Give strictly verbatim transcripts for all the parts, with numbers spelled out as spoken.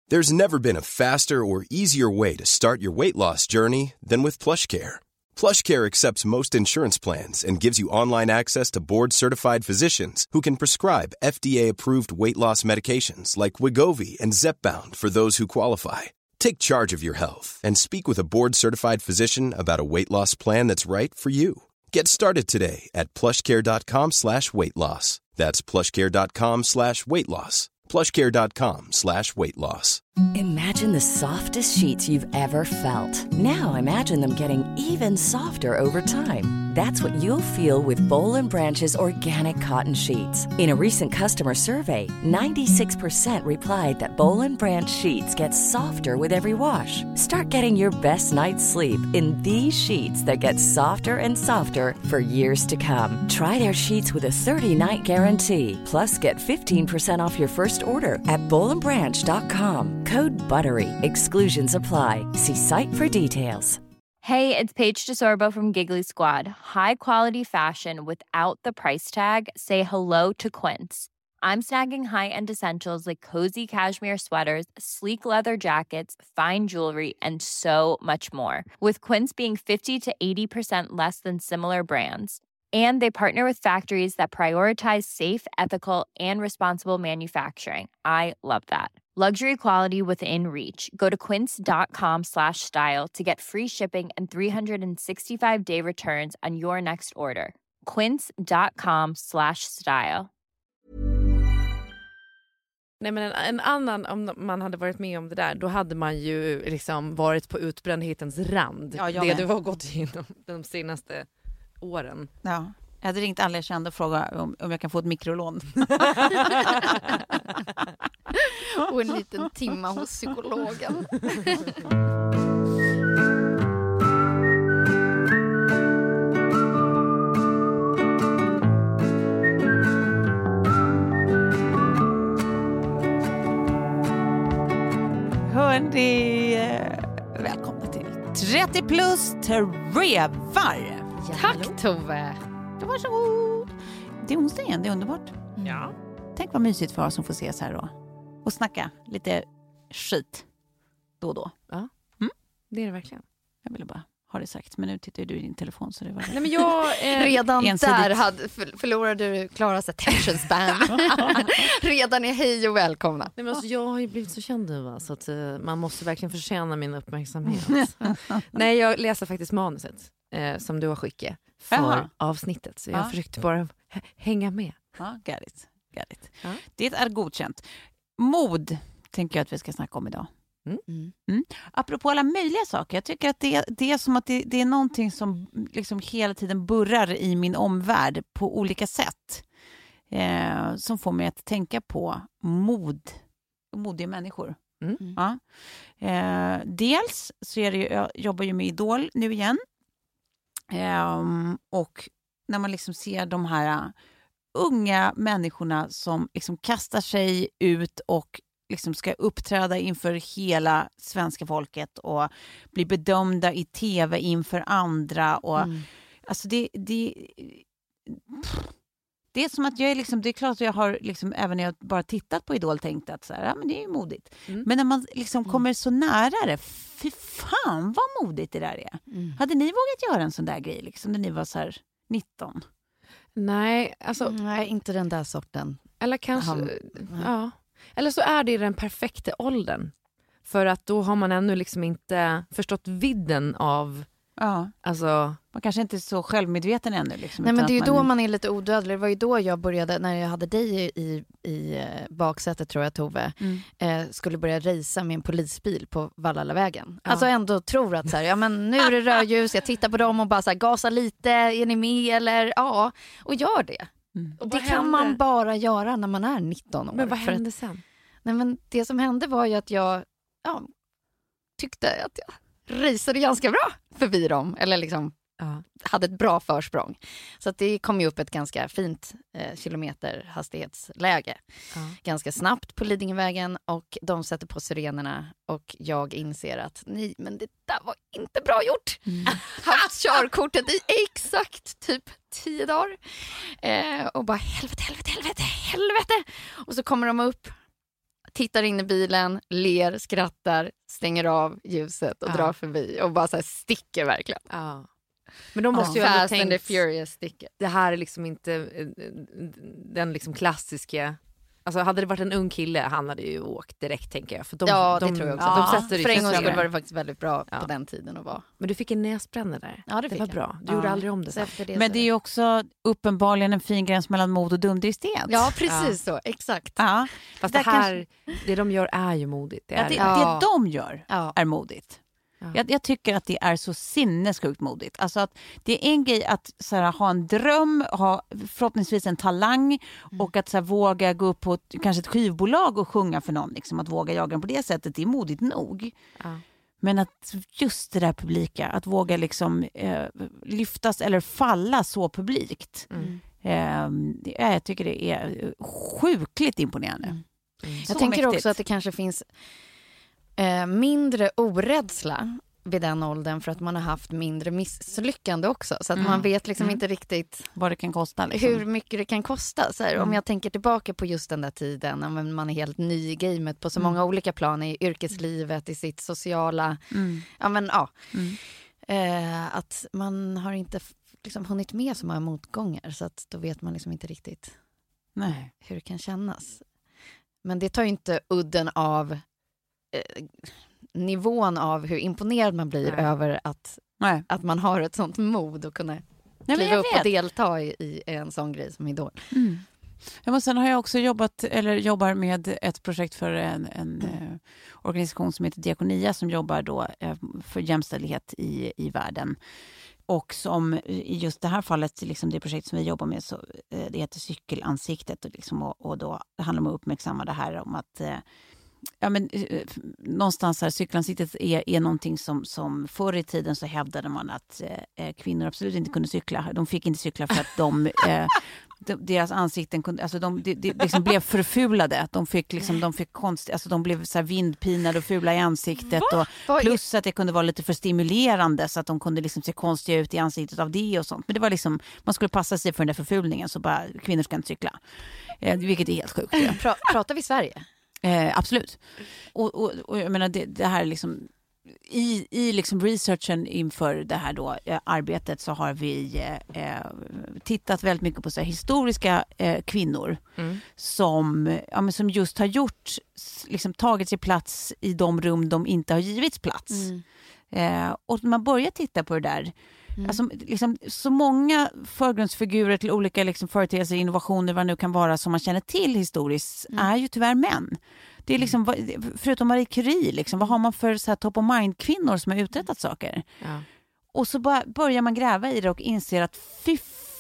There's never been a faster or easier way to start your weight loss journey than with PlushCare. PlushCare accepts most insurance plans and gives you online access to board-certified physicians who can prescribe F D A-approved weight loss medications like Wegovy and Zepbound for those who qualify. Take charge of your health and speak with a board-certified physician about a weight loss plan that's right for you. Get started today at plushcare.com slash weight loss. That's plushcare.com slash weight loss. plushcare.com slash weight loss. Imagine the softest sheets you've ever felt. Now imagine them getting even softer over time. That's what you'll feel with Boll and Branch's organic cotton sheets. In a recent customer survey, ninety-six percent replied that Boll and Branch sheets get softer with every wash. Start getting your best night's sleep in these sheets that get softer and softer for years to come. Try their sheets with a thirty-night guarantee. Plus, get fifteen percent off your first order at boll and branch dot com. Code BUTTERY. Exclusions apply. See site for details. Hey, it's Paige DeSorbo from Giggly Squad. High quality fashion without the price tag. Say hello to Quince. I'm snagging high-end essentials like cozy cashmere sweaters, sleek leather jackets, fine jewelry, and so much more. With Quince being fifty to eighty percent less than similar brands. And they partner with factories that prioritize safe, ethical, and responsible manufacturing. I love that. Luxury quality within reach. Go to quince.com slash style to get free shipping and three sixty-five day returns on your next order. Quince.com slash style. Nej, men en, en annan, om man hade varit med om det där, då hade man ju liksom varit på utbrändhetens rand. Ja, det du har gått igenom de senaste åren. Ja. Jag hade ringt alla jag kände och frågat om, om jag kan få ett mikrolån. Och en liten timma hos psykologen. Hörni, välkomna till trettio plus trevar. Tack Tove. Det var så god. Det är onsdag igen, det är underbart. Ja. Tänk vad mysigt för oss som får ses här då. Och snacka lite skit då och då. Ja, mm? Det är det verkligen. Jag ville bara ha det sagt, men nu tittar du i din telefon så det var... Nej, men jag, eh, redan ensidigt. där hade, för, förlorade du Klaras attention span. Redan är hej och välkomna. Nej, men alltså, jag har ju blivit så känd nu, va, så att uh, man måste verkligen förtjäna min uppmärksamhet. Nej, jag läser faktiskt manuset eh, som du har skickat för Aha. avsnittet. Så jag ja. försökte bara h- hänga med. Ja, got it. Got it. Ja. Det är godkänt. Mod tänker jag att vi ska snacka om idag. Mm. Mm. Apropå alla möjliga saker. Jag tycker att det, det är som att det, det är någonting som liksom hela tiden burrar i min omvärld på olika sätt. Eh, som får mig att tänka på mod. Modiga människor. Mm. Ja. Eh, dels så är det ju, jag jobbar ju med Idol nu igen. Eh, och när man liksom ser de här unga människorna som liksom kastar sig ut och liksom ska uppträda inför hela svenska folket och bli bedömda i tv inför andra och Mm. alltså det det pff, det är som att jag är liksom, det är klart att jag har liksom även när jag bara tittat på Idol tänkt att så här, ja men det är ju modigt. Mm. Men när man liksom kommer så nära det, fy fan vad modigt det där är. Mm. Hade ni vågat göra en sån där grej liksom när ni var så här nitton? Nej, alltså... Nej, inte den där sorten. Eller kanske... Han- ja. Eller så är det i den perfekta åldern. För att då har man ännu liksom inte förstått vidden av... Ja. Alltså... Man kanske inte är så självmedveten ännu. Liksom, Nej, men utan det är ju att då man är lite odödlig. Det var ju då jag började, när jag hade dig i, i eh, baksätet tror jag Tove, Mm. eh, skulle börja racea med en polisbil på Vallallavägen. Ja. Alltså ändå tror att så här, ja men nu är det rödljus, jag tittar på dem och bara så här, gasa lite, är ni med eller ja, och gör det. Mm. Och Och det vad kan hände? man bara göra när man är nitton år. Men vad För att- hände sen? Nej, men det som hände var ju att jag ja, tyckte att jag raceade ganska bra förbi dem. Eller liksom Ja. hade ett bra försprång. Så att det kom ju upp ett ganska fint eh, kilometerhastighetsläge. Ja. Ganska snabbt på Lidingövägen och de sätter på sirenerna och jag inser att nej, men det där var inte bra gjort. Mm. Haft körkortet i exakt typ tio dagar. Eh, och bara helvete, helvete, helvete, helvete. Och så kommer de upp tittar in i bilen, ler, skrattar, stänger av ljuset och Ja. drar förbi och bara så här sticker verkligen. Ja. Men de måste ju ändå Fast and the tänkt, Furious sticker. det här är liksom inte eh, den liksom klassiska. Alltså hade det varit en ung kille, han hade ju åkt direkt, tänker jag. För de, Ja, det de, tror jag också. De Ja, sätter det För en i gång system. skulle var det faktiskt väldigt bra Ja. på den tiden att vara. Men du fick en näsbränna där. Ja, det det fick var jag. bra. Du Ja. gjorde aldrig om det Så sen. efter det Men så- det är ju också uppenbarligen en fin gräns mellan mod och dumdristighet. Ja, precis så. Exakt. Ja. Fast Där det här, det de gör är ju modigt. Det Ja, är det, det. Ja. det de gör Ja. är modigt. Ja. Jag, jag tycker att det är så sinnessjukt modigt. Alltså att det är en grej att så här, ha en dröm, ha förhoppningsvis en talang Mm. och att så här, våga gå upp på ett, kanske ett skivbolag och sjunga för någon. Liksom, att våga jaga den på det sättet, det är modigt nog. Ja. Men att just det där publika, att våga liksom, eh, lyftas eller falla så publikt. Mm. Eh, det är, jag tycker det är sjukligt imponerande. Mm. Så Jag tänker mäktigt. också att det kanske finns eh, mindre orädsla vid den åldern för att man har haft mindre misslyckande också. Så att Mm. man vet liksom Mm. inte riktigt Vad det kan kosta. Liksom. hur mycket det kan kosta. Så här, Mm. Om jag tänker tillbaka på just den där tiden när man är helt ny i gamet på så Mm. många olika plan i yrkeslivet, i sitt sociala... Mm. Ja, men, ja. Mm. Eh, att man har inte f- liksom, hunnit med så många motgångar så att då vet man liksom inte riktigt Nej. hur det kan kännas. Men det tar ju inte udden av eh, nivån av hur imponerad man blir Nej. över att, Nej. att man har ett sånt mod och kunna Nej, men kliva jag upp vet. och delta i, i en sån grej som Idol. Mm. Ja, men sen har jag också jobbat, eller jobbar med ett projekt för en, en eh, organisation som heter Diakonia som jobbar då eh, för jämställdhet i, i världen. Och som i just det här fallet, liksom det projekt som vi jobbar med, så, eh, det heter Cykelansiktet. Och, liksom, och, och då det handlar om att uppmärksamma det här om att eh, ja, men, eh, någonstans här, cykelansiktet är, är någonting som, som förr i tiden så hävdade man att eh, kvinnor absolut inte kunde cykla. De fick inte cykla för att de... Eh, de, deras ansikten kunde, alltså de, de, de liksom blev förfulade. De fick, liksom, de fick konst, alltså de blev så här vindpinade och fula i ansiktet. Och Vad är- plus att det kunde vara lite för stimulerande så att de kunde liksom se konstiga ut i ansiktet av det och sånt. Men det var liksom, man skulle passa sig för den där förfulningen så bara, kvinnor ska inte cykla. Eh, vilket är helt sjukt. Ja. Pra, pratar vi Sverige? Eh, absolut. Och, och, och jag menar det, det här liksom i, i liksom researchen inför det här då, eh, arbetet så har vi eh, tittat väldigt mycket på så här, historiska eh, kvinnor Mm. som, ja, men som just har gjort, liksom, tagit sig plats i de rum de inte har givits plats. Mm. Eh, och när man börjar titta på det där, Mm. alltså, liksom, så många förgrundsfigurer till olika liksom, företeelser, innovationer, vad det nu kan vara som man känner till historiskt, Mm. är ju tyvärr män. Det är liksom, vad- förutom Marie Curie, liksom, vad har man för så här, top of mind-kvinnor som har uträttat saker? Ja. Och så bara börjar man gräva i det och inser att fy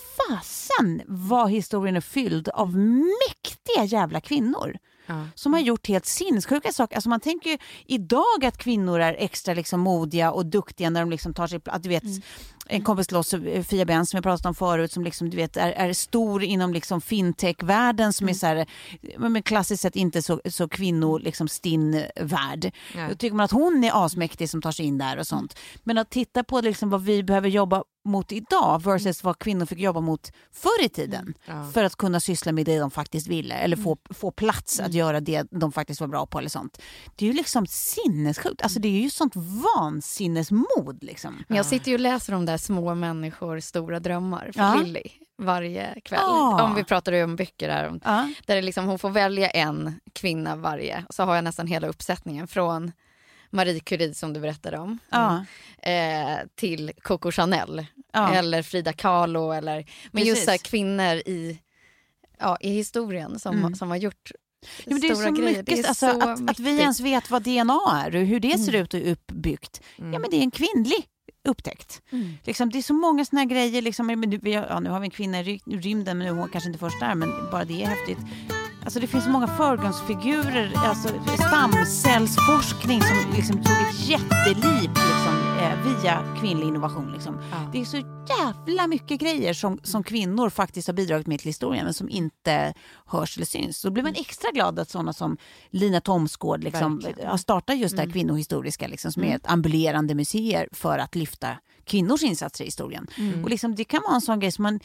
fasen vad historien är fylld av mäktiga jävla kvinnor. Ja. Som har gjort helt sinnessjuka saker. Alltså man tänker ju idag att kvinnor är extra liksom modiga och duktiga när de liksom tar sig... Att du vet, Mm. en kompis till oss, Fia Ben, som jag pratade om förut, som liksom, du vet, är, är stor inom liksom fintech-världen som Mm. är så här, men klassiskt sett inte så, så kvinno, liksom stinn värld. Nej. Då tycker man att hon är asmäktig som tar sig in där och sånt. Men att titta på liksom vad vi behöver jobba mot idag versus vad kvinnor fick jobba mot förr i tiden. Ja. För att kunna syssla med det de faktiskt ville. Eller få, få plats att göra det de faktiskt var bra på. Eller sånt. Det är ju liksom sinnessjukt. Alltså det är ju sånt vansinnesmod. Liksom. Men jag sitter ju och läser om där små människor, stora drömmar för Ja. Lilly varje kväll. Ja. Om vi pratar ju om böcker där. Om, Ja. där det liksom, hon får välja en kvinna varje. Och så har jag nästan hela uppsättningen från Marie Curie som du berättade om. Ja. Eh, till Coco Chanel. Ja. Eller Frida Kahlo. Eller, men just Precis. så här, kvinnor i, ja, i historien som, Mm. som har gjort Ja, men det är stora så grejer. mycket, Det är alltså, så att, att vi mäktigt. ens vet vad D N A är och hur det ser ut och är uppbyggt. Mm. Ja, men det är en kvinnlig upptäckt. Mm. Liksom, det är så många såna här grejer. Liksom, men nu, vi har, ja, nu har vi en kvinna i ry- rymden, men nu är hon kanske inte först där, men bara det är häftigt. Alltså, det finns så många förgrundsfigurer, alltså, stamcellsforskning som liksom, tog ett jätteliv liksom, eh, via kvinnlig innovation. Liksom. Ja. Det är så jävla mycket grejer som, som kvinnor faktiskt har bidragit med till historien men som inte hörs eller syns. Så då blir man extra glad att sådana som Lina Thomsgård liksom, Verkligen. har startat just det här Mm. kvinnohistoriska liksom, som är ett ambulerande museer för att lyfta kvinnors insatser i historien. Mm. Och liksom, det kan vara en sån grej som man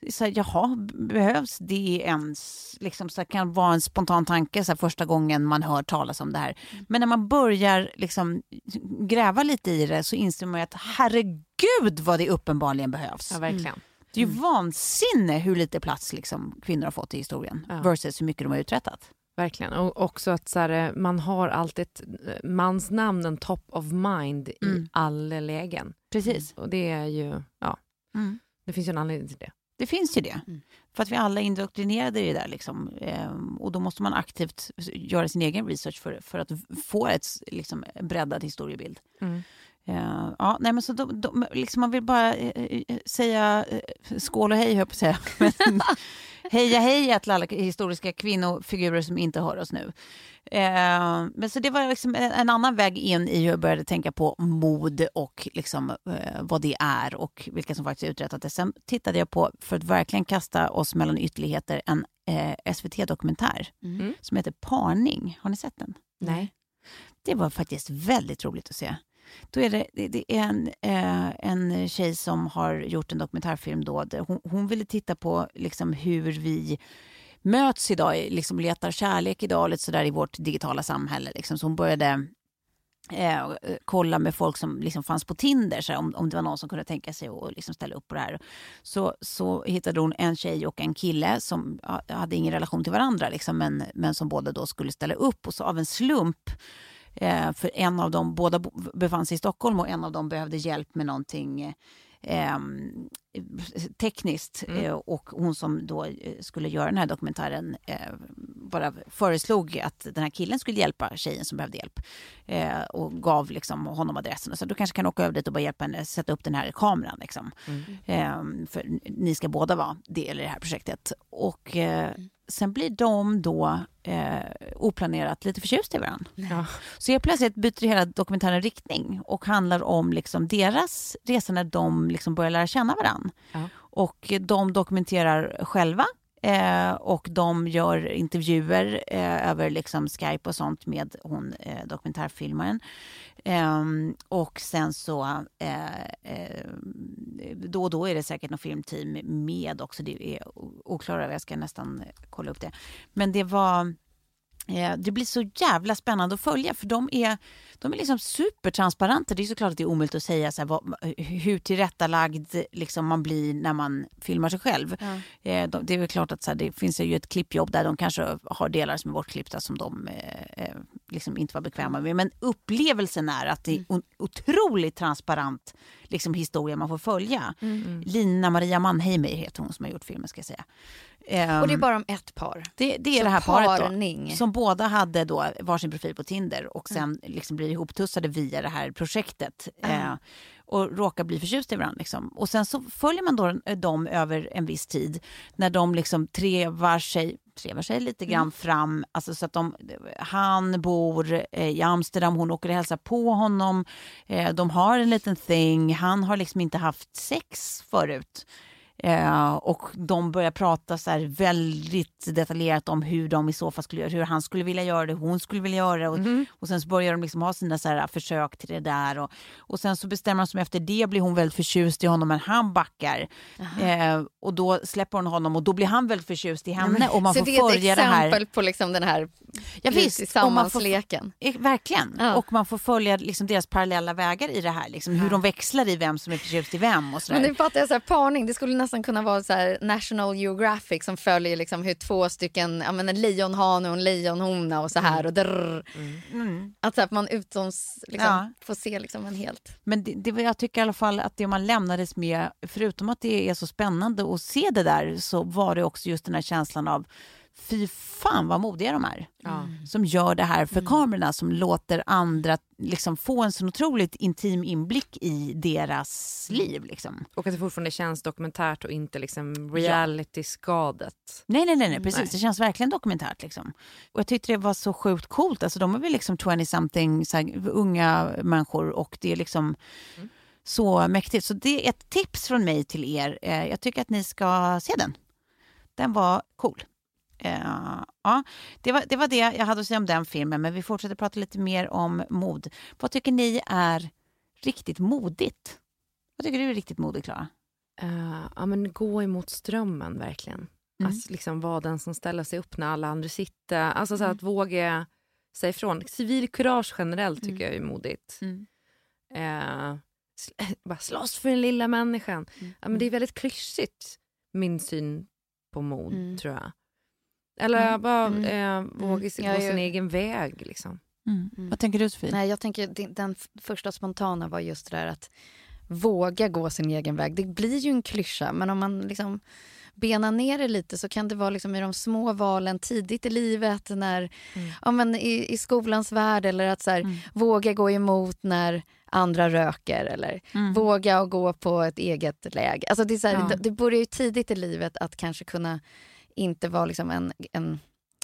så här, jaha, behövs det ens? Liksom, så här, kan vara en spontan tanke så här, första gången man hör talas om det här. Men när man börjar liksom, gräva lite i det så inser man att herregud vad det uppenbarligen behövs. Ja, verkligen. Det är ju mm. vansinne hur lite plats liksom, kvinnor har fått i historien ja. versus hur mycket de har uträttat. Verkligen. Och också att så här, man har alltid mans namn en top of mind mm. i alla lägen. Precis. Och det är ju, ja, mm. det finns ju en anledning till det. Det finns ju det. Mm. För att vi alla är indoktrinerade i det där. Liksom. Ehm, och då måste man aktivt göra sin egen research för, för att få ett liksom, breddad historiebild. Mm. Uh, ja, nej, men så då, då, liksom man vill bara uh, säga uh, skål och hej, höll på att säga. Heja hej till alla historiska kvinnofigurer som inte hör oss nu. Uh, men så det var liksom en, en annan väg in i hur jag började tänka på mod och liksom, uh, vad det är och vilka som faktiskt uträttat det. Sen tittade jag på, för att verkligen kasta oss mellan ytterligheter, en uh, S V T-dokumentär mm. som heter Parning. Har ni sett den? Nej. Det var faktiskt väldigt roligt att se. Då är det, det är en, eh, en tjej som har gjort en dokumentärfilm då. Hon, hon ville titta på liksom hur vi möts idag, liksom letar kärlek idag lite sådär i vårt digitala samhälle. Liksom. Så hon började eh, kolla med folk som liksom fanns på Tinder, så här, om, om det var någon som kunde tänka sig att liksom ställa upp på det här. Så, så hittade hon en tjej och en kille som hade ingen relation till varandra, liksom, men, men som båda då skulle ställa upp. Och så av en slump, Eh, för en av dem, båda befann sig i Stockholm och en av dem behövde hjälp med någonting eh, tekniskt. Mm. Eh, och hon som då skulle göra den här dokumentären eh, bara föreslog att den här killen skulle hjälpa tjejen som behövde hjälp. Eh, och gav liksom honom adressen. Så du kanske kan åka över dit och bara hjälpa henne sätta upp den här kameran. Liksom. Mm. Eh, för ni ska båda vara del i det här projektet. Och eh, mm. sen blir de då eh, oplanerat lite förtjusta i varandra. Ja. Så jag plötsligt byter hela dokumentären riktning och handlar om liksom deras resa när de liksom börjar lära känna varandra. Ja. Och de dokumenterar själva eh, och de gör intervjuer eh, över liksom Skype och sånt med hon eh, dokumentärfilmaren. Eh, och sen så eh, eh, då och då är det säkert någon filmteam med också. Det är oklart, jag ska nästan kolla upp det. Men det var eh, det blir så jävla spännande att följa, för de är, de är liksom supertransparenta. Det är såklart att det är omöjligt att säga så här, vad, hur tillrättalagd liksom man blir när man filmar sig själv. Ja. Eh, de, det är väl klart att så här, det finns ju ett klippjobb där de kanske har delar som är bortklippta som de eh, liksom inte var bekväma med. Men upplevelsen är att det är en otroligt transparent liksom, historia man får följa. Mm. Mm. Lina Maria Mannheimer heter hon som har gjort filmen, ska jag säga. Um, och det är bara om ett par. Det, det är så det här paret då, som båda hade då varsin profil på Tinder och sen mm. liksom blir ihoptussade via det här projektet. Mm. Eh, och råkar bli förtjust i varandra. Liksom. Och sen så följer man då dem över en viss tid när de liksom trevar sig, trevar sig lite grann mm. fram. Alltså så att de, han bor eh, i Amsterdam, hon åker och hälsar på honom. Eh, de har en liten thing. Han har liksom inte haft sex förut. Uh, och de börjar prata så här väldigt detaljerat om hur de i så fall skulle göra, hur han skulle vilja göra det, hon skulle vilja göra det och, mm. och sen så börjar de liksom ha sina så här försök till det där och, och sen så bestämmer de som efter det blir hon väldigt förtjust i honom, men han backar uh, och då släpper hon honom och då blir han väldigt förtjust i henne. Mm. Och man så får det är följa ett exempel det här på liksom den här ja, visst, sammansleken. Får, verkligen, ja. Och man får följa liksom deras parallella vägar i det här liksom, hur ja. de växlar i vem som är förtjust i vem och så där. Men nu pratar jag så här, parning, det skulle nästan kunna vara så här National Geographic som följer liksom hur två stycken, ja men en lejonhane och en lejonhona och så här mm. och drrr. Mm. Mm. Att, så att man utoms liksom, ja. får se liksom en helt. Men det, det, jag tycker i alla fall att det man lämnades med, förutom att det är så spännande att se det där, så var det också just den här känslan av fy fan vad modiga de är. Mm. Som gör det här för mm. kamerorna, som låter andra liksom få en så otroligt intim inblick i deras liv. Liksom. Och att det fortfarande känns dokumentärt och inte liksom reality-skadet. Nej, nej, nej, nej, precis. Nej. Det känns verkligen dokumentärt. Liksom. Och jag tyckte det var så sjukt coolt. Alltså, de är väl liksom tjugo-something så här, unga människor och det är liksom mm. så mäktigt. Så det är ett tips från mig till er. Jag tycker att ni ska se den. Den var cool. Uh, ja, det var, det var det jag hade att säga om den filmen, men vi fortsätter prata lite mer om mod. Vad tycker ni är riktigt modigt? Vad tycker du är riktigt modigt, Klara? Uh, ja, men gå emot strömmen verkligen. Mm. Att liksom vara den som ställer sig upp när alla andra sitter. Alltså så mm. att våga säga ifrån. Civilkurage generellt tycker mm. jag är modigt. Mm. Uh, sl- bara slåss för den lilla människan. Mm. Ja, men det är väldigt klyschigt, min syn på mod, mm. tror jag. Eller mm. bara mm. Eh, våga mm. gå sin ju... egen väg. Liksom. Mm. Mm. Vad tänker du, Sofie? Nej, jag tänker, den, den första spontana var just det där att våga gå sin egen väg. Det blir ju en klyscha, men om man liksom benar ner det lite så kan det vara liksom i de små valen tidigt i livet, när, mm. ja, men i, i skolans värld, eller att så här, mm. våga gå emot när andra röker, eller mm. våga gå på ett eget läge. Alltså det, är så här, ja. det, det börjar ju tidigt i livet att kanske kunna inte vara liksom en, en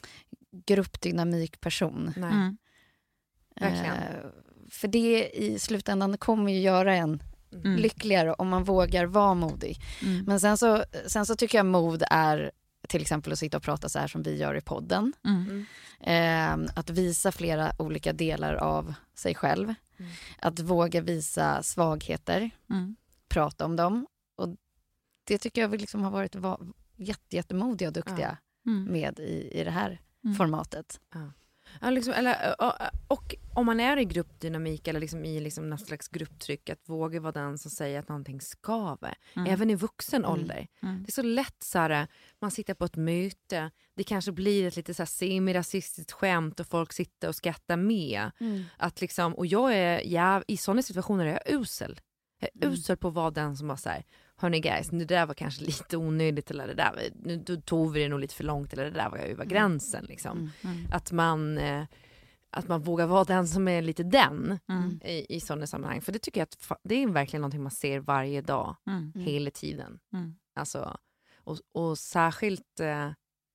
gruppdynamikperson. Nej. Mm. Verkligen. Eh, för det i slutändan kommer ju göra en mm. lyckligare om man vågar vara modig. Mm. Men sen så, sen så tycker jag mod är till exempel att sitta och prata så här som vi gör i podden. Mm. Eh, att visa flera olika delar av sig själv. Mm. Att våga visa svagheter. Mm. Prata om dem. Och det tycker jag liksom har varit va- jätte, jättemodiga och duktiga ja. mm. med i, i det här mm. formatet. Ja. Ja, liksom, eller, och, och om man är i gruppdynamik eller liksom i liksom något slags grupptryck, att våga vara den som säger att någonting skaver. Mm. Även i vuxen mm. ålder. Mm. Det är så lätt så här, man sitter på ett möte, det kanske blir ett lite så här semi-rasistiskt skämt och folk sitter och skrattar med. Mm. Att liksom, och jag är, jag, i sådana situationer är jag usel. Jag är mm. usel på att vara den som bara så här, hörni guys, det där var kanske lite onödigt, eller det där, nu tog vi det nog lite för långt, eller det där var ju var gränsen liksom. Mm. Mm. Att man eh, att man vågar vara den som är lite den mm. i, i sådana sammanhang. För det tycker jag att det är verkligen någonting man ser varje dag, mm. hela tiden. Mm. Alltså, och, och särskilt eh,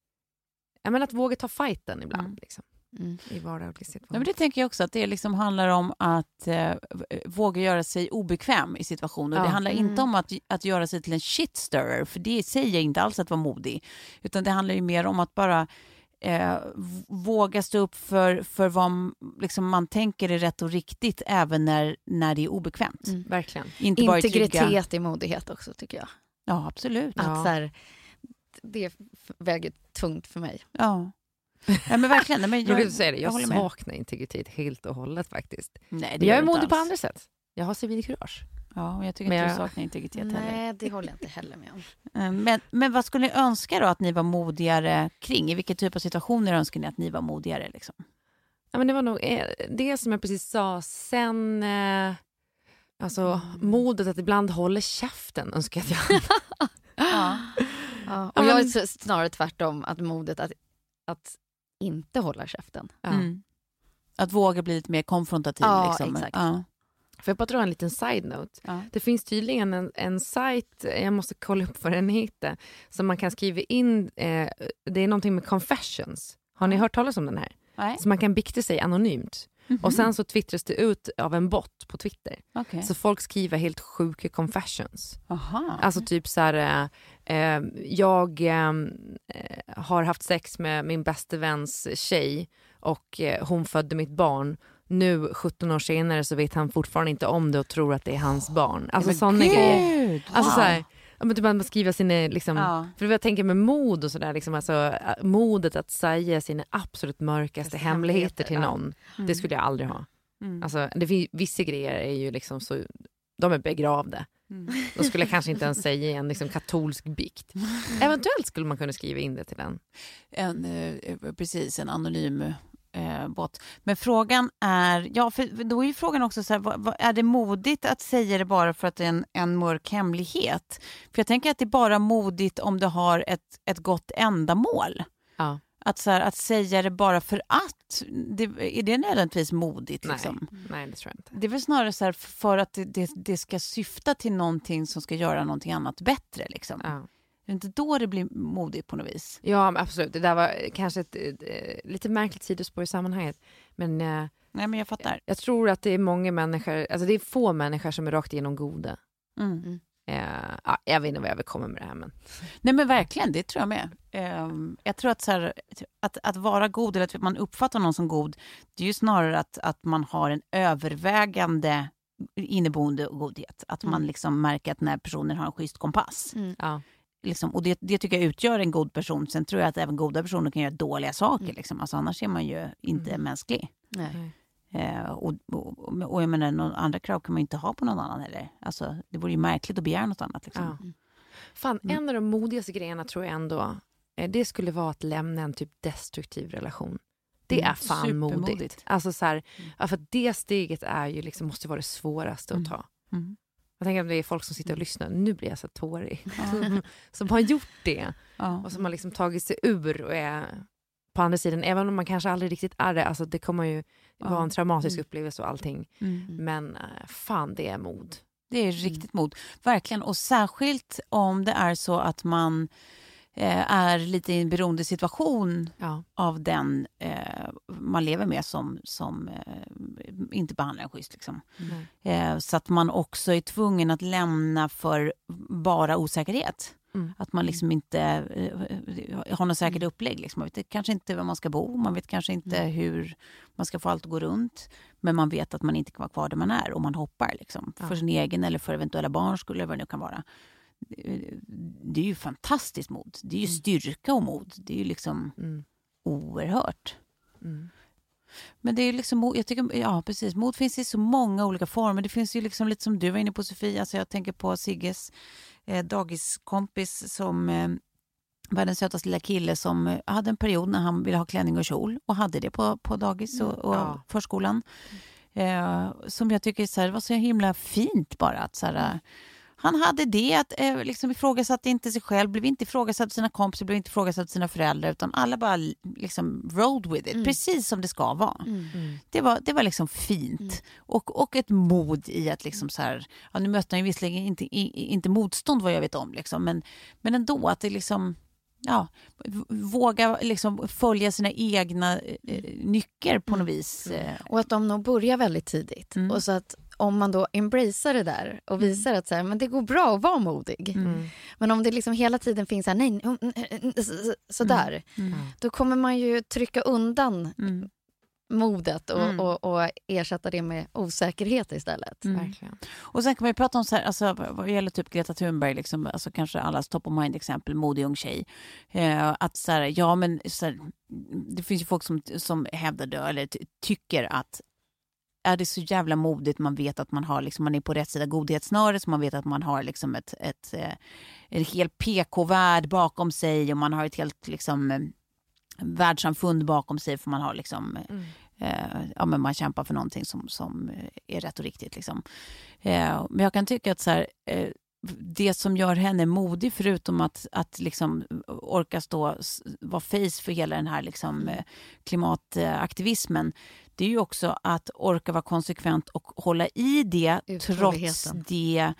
jag menar att våga ta fighten ibland mm. liksom. Mm. I vardaglig situation. Ja, men det tänker jag också, att det liksom handlar om att eh, våga göra sig obekväm i situationer. Ja. Det handlar mm. inte om att, att göra sig till en shitstirrer, för det säger inte alls att vara modig. Utan det handlar ju mer om att bara eh, våga stå upp för, för vad liksom, man tänker är rätt och riktigt, även när, när det är obekvämt. Mm. Verkligen. Inte bara integritet i modighet också, tycker jag. Ja, absolut. Att, ja. Så här, det väger tungt för mig. Ja. Ja, men verkligen. Nej, men jag, jag, säga det. jag, jag saknar integritet helt och hållet faktiskt. Nej, det jag är modig på andra sätt. Jag har civilkurage. Ja, och jag tycker men inte jag... du saknar integritet Nej, heller. Nej, det håller jag inte heller med om. Men, men vad skulle ni önska då att ni var modigare kring? I vilken typ av situationer önskar ni att ni var modigare? Liksom? Ja, men det var nog det som jag precis sa. Sen, eh, alltså mm. modet att ibland hålla käften önskar jag att jag ja. ja. Och jag är snarare tvärtom, att modet att, att inte hålla käften. Ja. Mm. Att våga bli lite mer konfrontativ. Ja, liksom. exakt. Ja. För jag bara dra en liten side-note. Ja. Det finns tydligen en, en sajt, jag måste kolla upp vad den heter, som man kan skriva in, eh, det är någonting med confessions. Har ni hört talas om den här? Nej. Så man kan bikta sig anonymt. Mm-hmm. Och sen så twittras det ut av en bot på Twitter. Okay. Så folk skriver helt sjuka confessions. Aha. Alltså typ så här, eh, jag eh, har haft sex med min bästa väns tjej och eh, hon födde mitt barn. Nu sjutton år senare så vet han fortfarande inte om det och tror att det är hans barn. Alltså men sådana grejer. Alltså wow. så här, men typ man skriver sina liksom, ja. för jag tänker med mod och sådär liksom, alltså modet att säga sina absolut mörkaste hemligheter till någon. Ja. Mm. Det skulle jag aldrig ha. Mm. Alltså det, vissa grejer är ju liksom så, de är begravda. Mm. Då skulle jag kanske inte ens säga en liksom katolsk bikt. Eventuellt skulle man kunna skriva in det till den. En, eh, precis, en anonym eh, bot. Men frågan är, ja, för då är ju frågan också så här, vad, vad, är det modigt att säga det bara för att det är en, en mörk hemlighet? För jag tänker att det är bara modigt om du har ett, ett gott ändamål. Ja. Att, så här, att säga det bara för att, det, är det nödvändigtvis modigt? Liksom? Nej, nej, det tror jag inte. Det är väl snarare så här för att det, det, det ska syfta till någonting som ska göra någonting annat bättre. Liksom. Ja. Det är inte då det blir modigt på något vis. Ja, absolut. Det där var kanske ett, ett, ett lite märkligt sidospår i sammanhanget. Men, eh, nej, men jag fattar. Jag tror att det är många människor, alltså det är få människor som är rakt igenom goda. Mm. Mm. Eh, ja, jag vet inte vad jag vill komma med det här. Men... Nej, men verkligen, det tror jag med. Eh, jag tror att, så här, att, att vara god, eller att man uppfattar någon som god, det är ju snarare att, att man har en övervägande inneboende godhet. Att man liksom märker att den här personen har en schysst kompass. Mm. Ja. Liksom, och det, det tycker jag utgör en god person. Sen tror jag att även goda personer kan göra dåliga saker. Mm. Liksom. Alltså, annars är man ju inte Mm. mänsklig. Nej. Eh, och, och, och jag menar, någon andra krav kan man inte ha på någon annan heller. Alltså, det vore ju märkligt att begära något annat. Liksom. Ja. Fan, en av de modigaste grejerna tror jag ändå, eh, det skulle vara att lämna en typ destruktiv relation. Det Mm, är fan modigt. supermodigt. Alltså så här, Mm. ja, för det steget är ju liksom, måste vara det svåraste Mm. att ta. Mm. Jag tänker att det är folk som sitter och lyssnar. Nu blir jag så tårig. Ja. Som, som har gjort det. Ja. Och som har liksom tagit sig ur och är på andra sidan. Även om man kanske aldrig riktigt är det. Alltså det kommer ju Ja. vara en traumatisk Mm. upplevelse och allting. Mm. Men äh, fan, det är mod. Det är riktigt mod. Verkligen. Och särskilt om det är så att man eh, är lite i en beroende situation Ja. av den eh, man lever med som, som eh, inte behandlar en schysst. Liksom. Mm. Eh, så att man också är tvungen att lämna för bara osäkerhet. Mm. Att man liksom inte eh, har något säkert upplägg. Liksom. Man vet kanske inte var man ska bo. Man vet kanske inte Mm. hur man ska få allt att gå runt. Men man vet att man inte kan vara kvar där man är. Och man hoppar liksom. Ja. För sin egen eller för eventuella barn skulle vad det nu kan vara. Det är ju fantastiskt mod. Det är ju styrka och mod. Det är ju liksom Mm. oerhört. Mm. Men det är liksom, jag tycker, ja precis, mod finns i så många olika former. Det finns ju liksom lite som du var inne på, Sofia. Alltså jag tänker på Sigges eh, dagiskompis som eh, världens sötaste lilla kille som eh, hade en period när han ville ha klänning och kjol och hade det på, på dagis och, och Ja. förskolan. Eh, som jag tycker så här, var så himla fint bara att så här, han hade det, att eh, liksom ifrågasatte inte sig själv, blev inte ifrågasatt sina kompisar, blev inte ifrågasatt sina föräldrar, utan alla bara liksom rode with it, Mm. precis som det ska vara. Mm. Mm. Det var, det var liksom fint. Mm. Och, och ett mod i att liksom så här, ja, nu mötte han ju visserligen inte, i, inte motstånd vad jag vet om, liksom, men, men ändå att det liksom, ja, v- våga liksom följa sina egna eh, nycker på något vis. Eh, Och att de nog börjar väldigt tidigt. Mm. Och så att om man då embracear det där och visar att så här, men det går bra att vara modig. Mm. Men om det liksom hela tiden finns så här, nej, mm, mm, mm, så- sådär, mm, då kommer man ju trycka undan mm, modet och, Mm. och, och ersätta det med osäkerhet istället. mm. Verkligen. Och sen kan man ju prata om så här, alltså, vad gäller typ Greta Thunberg, liksom, alltså kanske allas top of mind exempel, modig ung tjej. Eh, att så här, ja men så här, det finns ju folk som, som hävdar det, eller ty- tycker att är det så jävla modigt, man vet att man har liksom, man är på rätt sida godhetssnöret, så man vet att man har liksom ett, ett, eh, ett helt P K-värld bakom sig och man har ett helt liksom eh, världssamfund bakom sig, för man har liksom Mm. eh, ja, men man kämpar för någonting som, som är rätt och riktigt liksom. Eh, men jag kan tycka att så här, eh, det som gör henne modig, förutom att, att liksom orka stå, s- vara face för hela den här liksom, eh, klimataktivismen, det är ju också att orka vara konsekvent och hålla i det trots Uthålligheten. det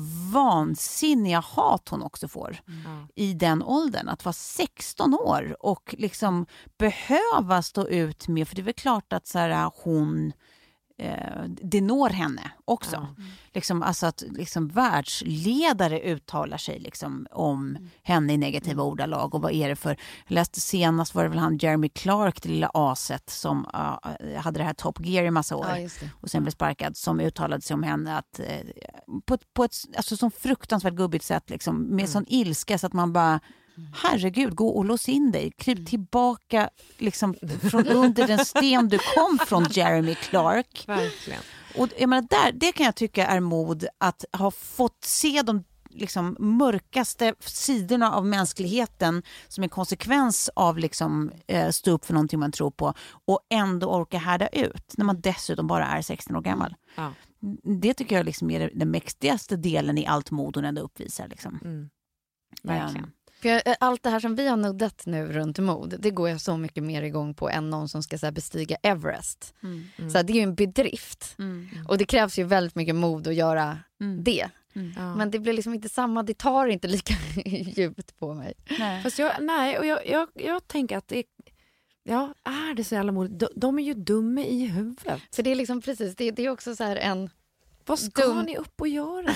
vansinniga hat hon också får Ja. i den åldern. Att vara sexton år och liksom behöva stå ut med, för det är väl klart att så här, hon eh, det når henne också. Ja. Liksom, alltså att liksom, världsledare uttalar sig liksom, om Mm. henne i negativa ordalag. Och vad är det för... Jag läste senast var det väl han Jeremy Clark, det lilla aset som uh, hade det här Top Gear i massa år. Ja, just det. Och sen blev sparkad, som uttalade sig om henne att, eh, på, ett- på ett alltså, som fruktansvärt gubbigt sätt liksom, med Mm. sån ilska så att man bara, herregud, gå och lås in dig, kryp tillbaka liksom, från under den sten du kom från, Jeremy Clark. Verkligen. Och jag menar, där, det kan jag tycka är mod, att ha fått se de liksom mörkaste sidorna av mänskligheten som en konsekvens av liksom, eh, stå upp för någonting man tror på och ändå orka härda ut när man dessutom bara är sexton år gammal. Ja. Det tycker jag liksom är den mäktigaste delen i allt mod hon ändå uppvisar. Liksom. Mm. Verkligen. Ehm, För jag, allt det här som vi har nuddat nu runt mod, det går jag så mycket mer igång på än någon som ska så här, bestiga Everest. mm, Mm. Så här, det är ju en bedrift. mm, Och det krävs ju väldigt mycket mod att göra mm, det. mm. Ja. Men det blir liksom inte samma, det tar inte lika djupt på mig. Nej. Fast jag, nej, och jag, jag, jag tänker att det ja, är det så jävla modigt? De, de är ju dumma i huvudet. Så det är liksom precis, det, det är också så här en... Vad ska Dum. ni upp och göra?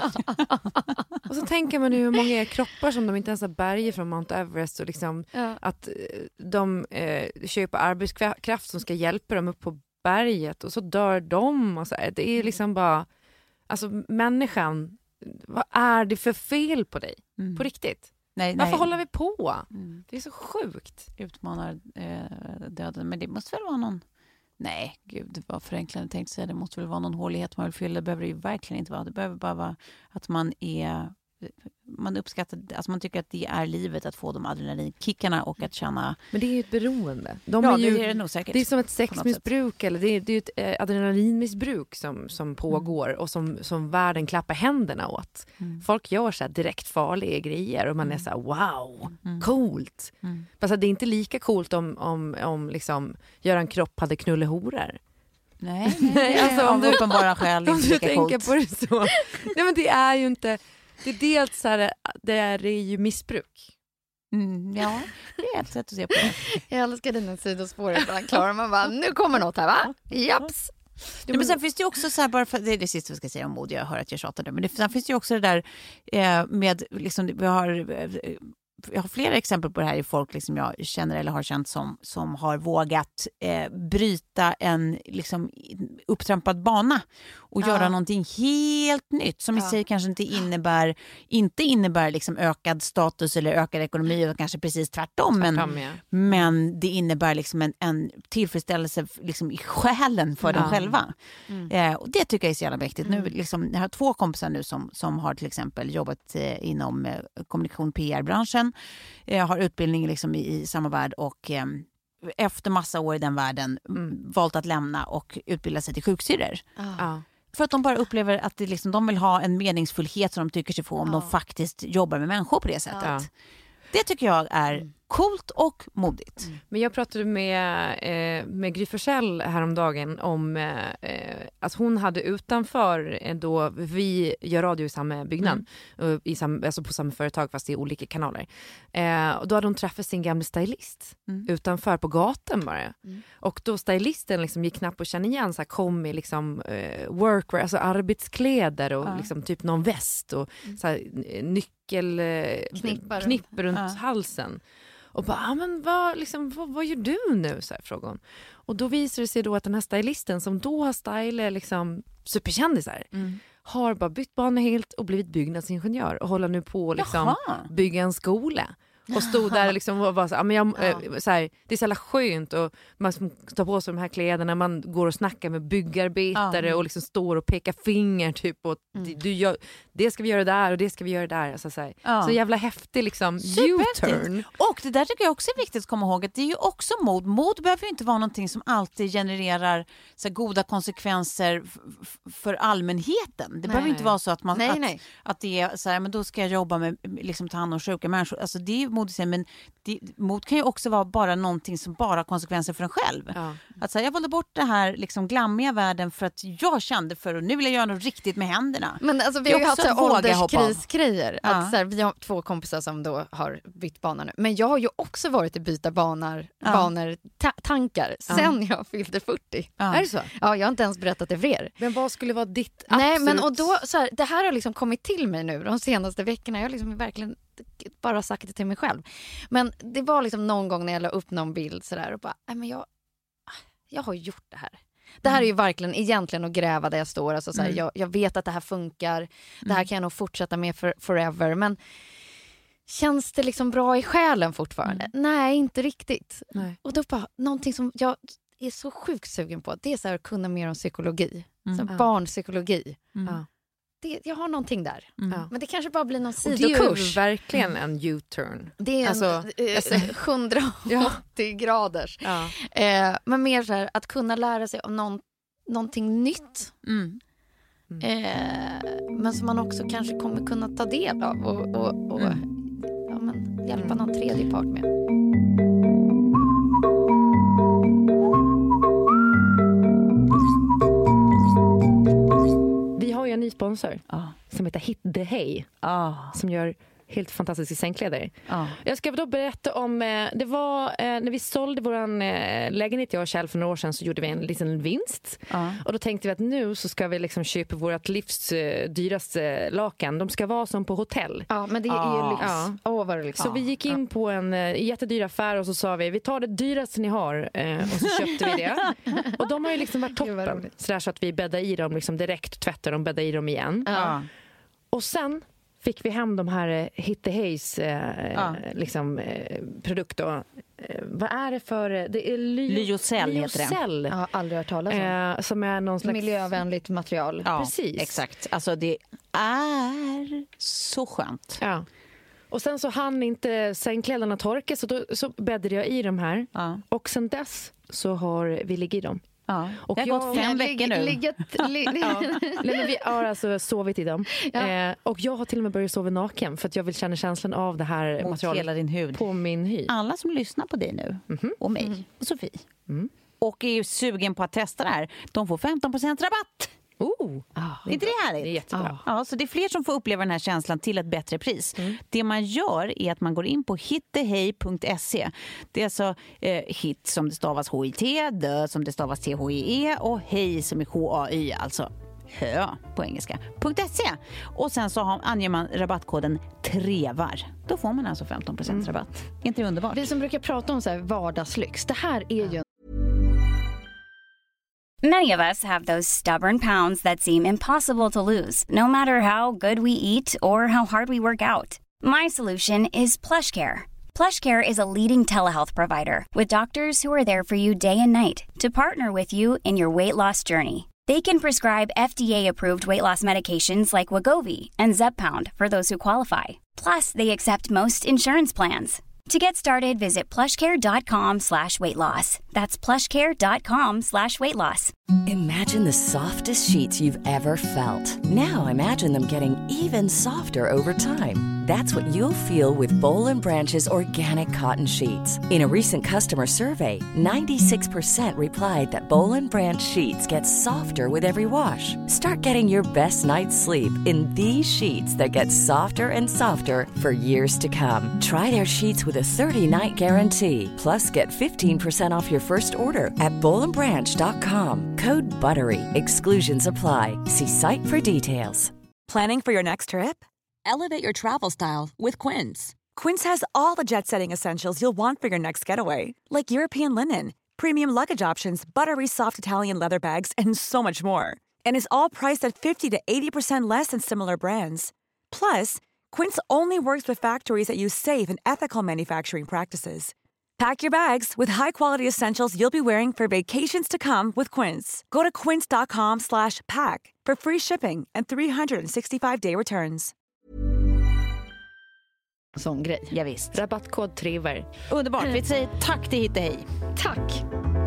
Och så tänker man nu hur många kroppar som de inte ens har berget från Mount Everest och liksom Ja. att eh, de eh, köper arbetskraft som ska hjälpa dem upp på isberget och så dör de. Och så här. Det är liksom bara... Alltså människan, vad är det för fel på dig? Mm. På riktigt? Nej, Varför nej. håller vi på? Mm. Det är så sjukt. Utmanar eh, döden. Men det måste väl vara någon... Nej, gud, det var förenklande tänkt att säga. Det måste väl vara någon hålighet man vill fylla. Det behöver det ju verkligen inte vara. Det behöver bara vara att man är... Man uppskattar, alltså man tycker att det är livet att få de adrenalinkickarna och att känna... Men det är ju ett beroende. De ja, är ju, det är det nog säkert. Det är som ett sexmissbruk eller det är, det är ett eh, adrenalinmissbruk som, som pågår mm. och som, som världen klappar händerna åt. Mm. Folk gör så här direkt farliga grejer och man mm. är så här, wow, mm. coolt. Mm. Fast det är inte lika coolt om, om, om liksom Göran Kropp hade knullehoror. Nej, nej, alltså om du uppenbara skäl om du tänker coolt. På det så. Nej, men det är ju inte... Det är dels så här, det är ju missbruk. Mm, ja, det är ett sätt att se på det. Jag älskar dina sidospår. Ibland klarar man bara, nu kommer något här va? Japs. Ja, men sen finns det ju också så här, bara för, det är det sista vi ska säga om mod, jag hör att jag tjatar nu, men det, sen finns det ju också det där eh, med, liksom, vi har... Eh, jag har flera exempel på det här i folk liksom jag känner eller har känt som, som har vågat eh, bryta en liksom, upptrampad bana och ja. göra någonting helt nytt som ja. i sig kanske inte innebär inte innebär liksom ökad status eller ökad ekonomi och kanske precis tvärtom, tvärtom men, ja. men det innebär liksom en, en tillfredsställelse liksom, i själen för ja. dem själva. Mm. Eh, och det tycker jag är så jävla mäktigt. Mm. Nu, liksom, jag har två kompisar nu som, som har till exempel jobbat eh, inom eh, kommunikation P R-branschen. Jag har utbildning liksom i, i samma värld och eh, efter massa år i den världen mm. valt att lämna och utbilda sig till sjuksyrror. Ah. För att de bara upplever att det liksom, de vill ha en meningsfullhet som de tycker sig få om ah. de faktiskt jobbar med människor på det sättet. Ah. Det tycker jag är mm. coolt och modigt. Mm. Men jag pratade med, eh, med Gry Forssell häromdagen om eh, att hon hade utanför eh, då vi gör radio i samma byggnad, mm. i sam, alltså på samma företag fast i olika kanaler. Eh, och då hade hon träffat sin gamla stylist mm. utanför på gatan bara. Mm. Och då stylisten liksom gick knappt att känna igen, så här, kom i liksom eh, workwear, alltså arbetskläder och ja. liksom typ någon väst och mm. så här, nyckel knippar, knippar runt ja. halsen. Och bara, ah, men vad, liksom, vad, vad gör du nu? Så här, frågan. Och då visar det sig då att den här stylisten som då har stylat liksom superkändisar mm. har bara bytt bana helt och blivit byggnadsingenjör och håller nu på att liksom, bygga en skola. Och stod där liksom och var så, men jag, ja. så här, det är så jävla skönt och man tar på sig de här kläderna, man går och snackar med byggarbetare ja. och liksom står och pekar finger typ och mm. du gör, det ska vi göra där och det ska vi göra där, alltså, så, här, ja. så jävla häftig liksom U-turn. Och det där tycker jag också är viktigt att komma ihåg, att det är ju också mod. Mod behöver ju inte vara någonting som alltid genererar så här, goda konsekvenser f- för allmänheten. Det nej. behöver inte vara så att man nej, att, nej. att det är så här, men då ska jag jobba med liksom ta hand om sjuka människor. Alltså det är men det, mod kan ju också vara bara någonting som bara har konsekvenser för en själv. Ja. Att säga, jag valde bort det här liksom glammiga världen för att jag kände för och nu vill jag göra något riktigt med händerna. Men alltså, vi har ju haft ålderskrisgrejer. Ja. Vi har två kompisar som då har bytt banor nu. Men jag har ju också varit i byta banor, ja. banor ta- tankar sen ja. jag fyllde fyrtio. Ja. Är det så? Ja, jag har inte ens berättat det för er. Men vad skulle vara ditt absolut... Nej, men och då, så här, det här har liksom kommit till mig nu de senaste veckorna. Jag har liksom verkligen bara sagt det till mig själv. Men det var liksom någon gång när jag la upp någon bild så där och bara, nej men jag jag har gjort det här. Det här är ju verkligen egentligen att gräva där jag står. Alltså så här, mm. jag, jag vet att det här funkar. Det här kan jag nog fortsätta med för, forever. Men känns det liksom bra i själen fortfarande? Mm. Nej, inte riktigt. Nej. Och då bara, någonting som jag är så sjukt sugen på, det är så här att kunna mer om psykologi. Mm. Så barnpsykologi. Mm. Ja. Det, jag har någonting där. Mm. Men det kanske bara blir någon sidokurs. Det är ju verkligen en U-turn. Det är en alltså, eh, hundraåttio graders. Ja. Eh, men mer så här, att kunna lära sig om någon, någonting nytt. Mm. Mm. Eh, men som man också kanske kommer kunna ta del av och, och, och mm. ja, men hjälpa någon tredje part med. Vi har ju en ny sponsor ah. som heter Hit the Hey ah. som gör helt fantastiska sängkläder. Ja. Jag ska då berätta om, eh, det var eh, när vi sålde våran eh, lägenhet, jag och Kjell för några år sedan, så gjorde vi en liten vinst. Ja. Och då tänkte vi att nu så ska vi liksom köpa vårt livs eh, dyraste lakan. De ska vara som på hotell. Ja, men det är ju lyx. Ja. Åh, vad det lyx. Så vi gick in på en eh, jättedyr affär och så sa vi, vi tar det dyraste ni har. Eh, och så köpte vi det. Och de har ju liksom varit Gud, vad toppen. roligt. Så, där, så att vi bäddade i dem liksom direkt, tvättar dem, bäddade i dem igen. Ja. Och sen fick vi hem de här eh, Hitteheys eh, Ja. liksom, eh, produkt då. Eh, vad är det för... Det är ly- Lyocell heter det. Lyocell, Jag har aldrig hört talas om. eh, som är någon slags... Miljövänligt material. Ja, Precis. exakt. Alltså det är så skönt. Ja. Och sen så hann inte sängkläderna torka, så då så bäddade jag i de här. Ja. Och sen dess så har vi ligger i dem. Ja. Och det har jag- gått fem veckor nu. Ligget, li, Ja. Nej, men vi har alltså sovit i dem. Ja. Eh, och jag har till och med börjat sova naken för att jag vill känna känslan av det här Mot materialet hela din hud. på min hy. Alla som lyssnar på dig nu, och mig, och Sofie, och är ju sugen på att testa det här, de får femton procent rabatt. Oh, Är inte det härligt? det är jättebra. Ja, så det är fler som får uppleva den här känslan till ett bättre pris. Det man gör är att man går in på hittehej punkt se. Det är alltså eh, hit som det stavas H I T, dö som det stavas T H I E och hej som är H A Y, alltså hö på engelska. .se. Och sen så har, anger man rabattkoden TREVAR. Då får man alltså femton procent rabatt. Är inte det underbart? Vi som brukar prata om så här vardagslyx, det här är ju... Many of us have those stubborn pounds that seem impossible to lose, no matter how good we eat or how hard we work out. My solution is PlushCare. PlushCare is a leading telehealth provider with doctors who are there for you day and night to partner with you in your weight loss journey. They can prescribe F D A-approved weight loss medications like Wegovy and Zepbound for those who qualify. Plus, they accept most insurance plans. To get started, visit plushcare.com slash weight loss. That's plushcare.com slash weight loss. Imagine the softest sheets you've ever felt. Now imagine them getting even softer over time. That's what you'll feel with Boll and Branch's organic cotton sheets. In a recent customer survey, ninety-six percent replied that Boll and Branch sheets get softer with every wash. Start getting your best night's sleep in these sheets that get softer and softer for years to come. Try their sheets with a thirty-night guarantee. Plus, get fifteen percent off your first order at boll and branch dot com. Code BUTTERY. Exclusions apply. See site for details. Planning for your next trip? Elevate your travel style with Quince. Quince has all the jet-setting essentials you'll want for your next getaway, like European linen, premium luggage options, buttery soft Italian leather bags, and so much more. And is all priced at fifty to eighty percent less than similar brands. Plus, Quince only works with factories that use safe and ethical manufacturing practices. Pack your bags with high-quality essentials you'll be wearing for vacations to come with Quince. Go to quince.com slash pack for free shipping and three sixty-five day returns. Sån grej. Ja, visst. Rabattkod TREVAR. Underbart. Vi säger tack till Hittehej. Tack.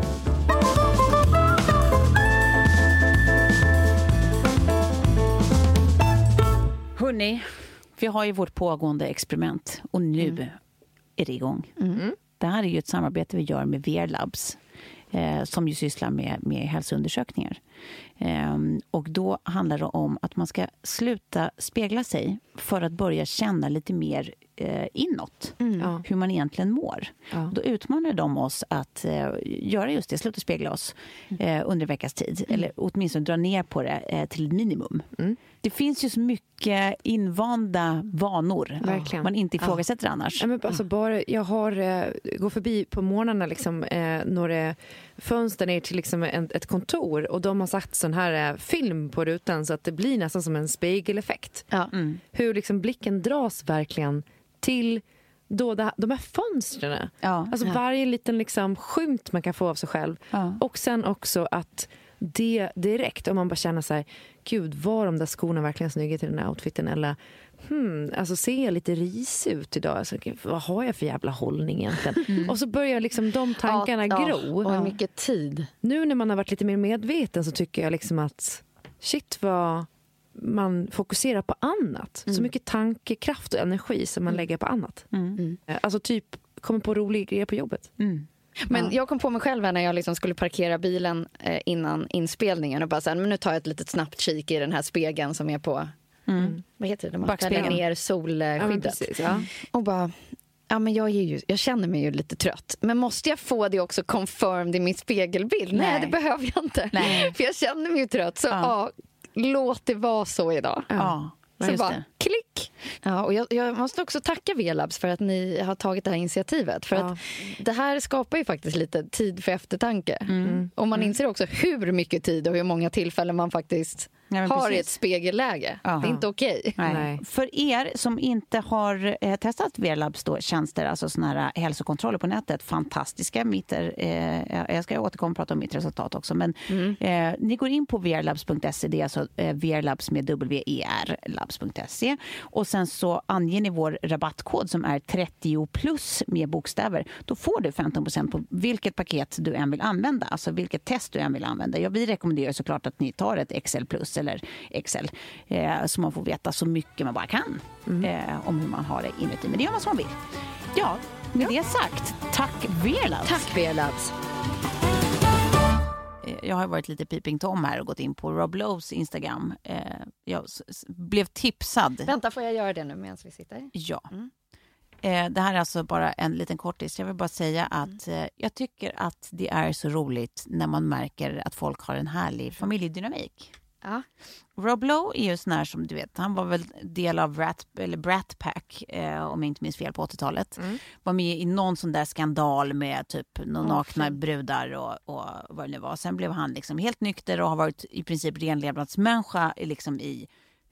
Hörrni, vi har ju vårt pågående experiment och nu mm. är det igång. Mm. Det här är ju ett samarbete vi gör med V R Labs eh, som ju sysslar med, med hälsoundersökningar. Eh, och då handlar det om att man ska sluta spegla sig för att börja känna lite mer eh, inåt Mm. hur man egentligen mår. Ja. Då utmanar de oss att eh, göra just det, sluta spegla oss eh, under en veckas tid. Mm. Eller åtminstone dra ner på det eh, till ett minimum. Mm. Det finns ju så mycket invanda vanor. Verkligen. Man inte ifrågasätter ja. annars. Ja, men alltså bara, jag har eh, går förbi på morgnarna liksom, eh, några fönster ner till liksom en, ett kontor och de har satt sån här eh, film på rutan så att det blir nästan som en spegeleffekt. Ja. Mm. Hur liksom blicken dras verkligen till då det, de här fönstren. Ja. Alltså Ja. varje liten liksom skymt man kan få av sig själv. Ja. Och sen också att det direkt, om man bara känner så här, gud, var de där skorna verkligen snygga till den här outfiten? Eller, hmm, alltså ser jag lite ris ut idag? Alltså, vad har jag för jävla hållning egentligen? Mm. Och så börjar liksom de tankarna ja, gro. Ja, och mycket tid. Nu när man har varit lite mer medveten så tycker jag liksom att shit vad man fokuserar på annat. Mm. Så mycket tankekraft och energi som man mm. lägger på annat. Mm. Alltså typ kommer på roliga grejer på jobbet. Mm. Men ja. jag kom på mig själv här när jag liksom skulle parkera bilen eh, innan inspelningen och bara så här, men nu tar jag ett litet snabbt kik i den här spegeln som är på mm. vad heter det, när man Backspegeln. fäller ner solskyddet. Ja, precis, ja. Och bara, ja men jag, är ju, jag känner mig ju lite trött. Men måste jag få det också confirmed i min spegelbild? Nej, Nej det behöver jag inte. Nej. För jag känner mig ju trött. Så ja. Ja, låt det vara så idag. Ja. Så Just bara, det. klick! Ja, och jag, jag måste också tacka V-Labs för att ni har tagit det här initiativet. För ja. att det här skapar ju faktiskt lite tid för eftertanke. Mm. Och man inser också hur mycket tid och hur många tillfällen man faktiskt ja, har i ett spegelläge. Aha. Det är inte okej. Okay. Nej. Nej. För er som inte har eh, testat V-Labs då, tjänster, alltså såna här hälsokontroller på nätet, fantastiska. Mitt är, eh, jag ska återkomma och prata om mitt resultat också. Men mm. eh, ni går in på vrlabs punkt se, det är alltså eh, vrlabs med W E R, labs punkt se. Och sen så anger ni vår rabattkod som är trettio plus med bokstäver. Då får du femton procent på vilket paket du än vill använda. Alltså vilket test du än vill använda. Ja, vi rekommenderar såklart att ni tar ett Excel plus eller Excel. Eh, så man får veta så mycket man bara kan mm. eh, om hur man har det inuti. Men det gör man som man vill. Ja, med ja. det sagt, tack V-Labs. Tack V-Labs. Jag har varit lite peeping Tom här och gått in på Rob Lowe's Instagram. Eh, jag s- s- blev tipsad. Vänta, får jag göra det nu medan vi sitter? Ja. Mm. Eh, det här är alltså bara en liten kortis. Jag vill bara säga att eh, jag tycker att det är så roligt när man märker att folk har en härlig familjedynamik. Ja. Rob Lowe är ju sån här som du vet, han var väl del av Rat, eller Brat Pack eh, om jag inte minns fel på åttiotalet. Mm. Var med i någon sån där skandal med typ någon oh, nakna fin. brudar och, och vad det nu var. Sen blev han liksom helt nykter och har varit i princip renlevnadsmänniska liksom i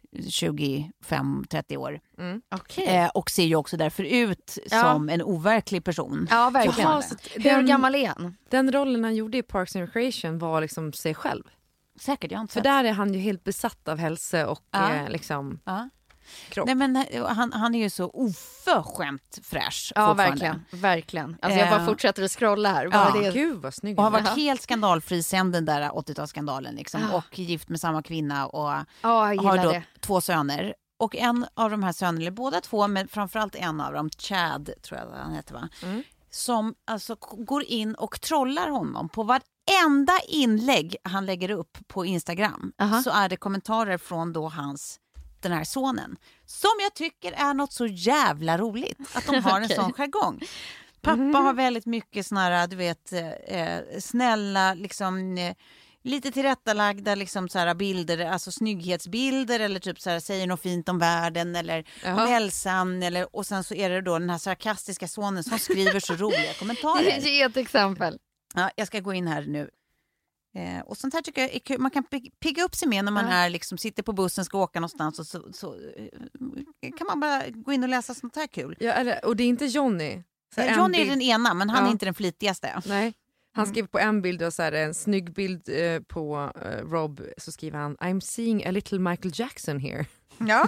tjugofem trettio år. Mm. Okay. Eh, och ser ju också därför ut ja. som en overklig person. Ja, verkligen. Jaha, Hur den, gammal är han? Den rollen han gjorde i Parks and Recreation var liksom sig själv. Säkert, jag har inte För där är han ju helt besatt av hälsa och ja. eh, liksom ja. kropp. Nej, men han, han är ju så oförskämt fräsch. Ja, verkligen. verkligen. Alltså jag bara fortsätter att scrolla här. Ja. Det... Gud vad snygg. Och har varit helt skandalfri sen den där åttiotalsskandalen. Liksom, ja. Och gift med samma kvinna och ja, har då det. två söner. Och en av de här sönerna, eller båda två, men framförallt en av dem, Chad tror jag han heter va? Mm. Som alltså går in och trollar honom på varenda inlägg han lägger upp på Instagram. Uh-huh. Så är det kommentarer från då hans, den här sonen. Som jag tycker är något så jävla roligt. Att de har okay. en sån jargong. Pappa mm. har väldigt mycket såna här, du vet, eh, snälla, liksom... Eh, lite tillrättalagda liksom så här bilder, alltså snygghetsbilder eller typ så här säger något fint om världen eller Jaha. om hälsan eller, och sen så är det då den här sarkastiska sonen som skriver så roliga kommentarer. Ge ett exempel. Ja, jag ska gå in här nu. Eh, och sånt här tycker jag är kul. Man kan pigga upp sig med när man ja. är liksom, sitter på bussen, ska åka någonstans och så, så eh, kan man bara gå in och läsa sånt här kul. Ja, eller, och det är inte Johnny. Så Johnny är den ena, men han ja. är inte den flitigaste. Nej. Han skriver på en bild och så här, en snygg bild eh, på eh, Rob, så skriver han I'm seeing a little Michael Jackson here. Ja.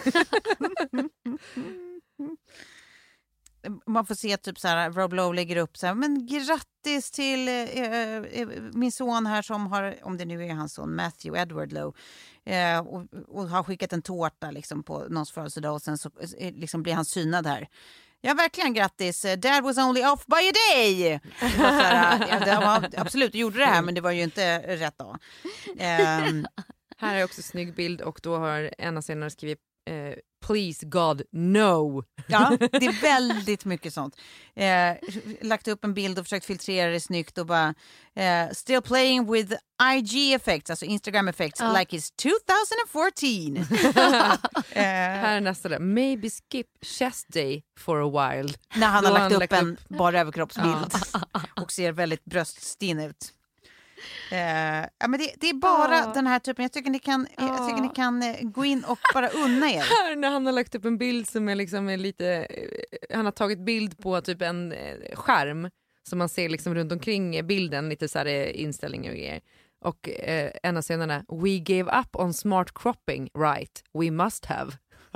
Man får se typ så här, Rob Lowe lägger upp så här, men grattis till eh, eh, min son här som har, om det nu är hans son, Matthew Edward Lowe, eh, och, och har skickat en tårta liksom på någons födelsedag och sen så eh, liksom blir han synad här. Ja, verkligen grattis. Dad was only off by a day. Det var så här, ja, det var, absolut, gjorde det här, men det var ju inte rätt dag. Um, här är också en snygg bild och då har en av senare skrivit eh, Please God, no. Ja, det är väldigt mycket sånt. Eh, lagt upp en bild och försökt filtrera det snyggt och bara eh, still playing with I G effects, alltså Instagram effects, uh. like it's twenty fourteen. eh, Här är nästa där. Maybe skip chest day for a while. När han då har lagt han upp en upp... bara överkroppsbild och ser väldigt bröststinn ut. Uh, ja, men det, det är bara oh. den här typen. Jag tycker ni kan, oh. jag tycker ni kan uh, gå in och bara unna er. Här när han har lagt upp en bild som är liksom är lite, han har tagit bild på typ en uh, skärm som man ser liksom runt omkring bilden, lite så här uh, inställningar och grejer. Och uh, en av scenerna, we gave up on smart cropping, right? We must have.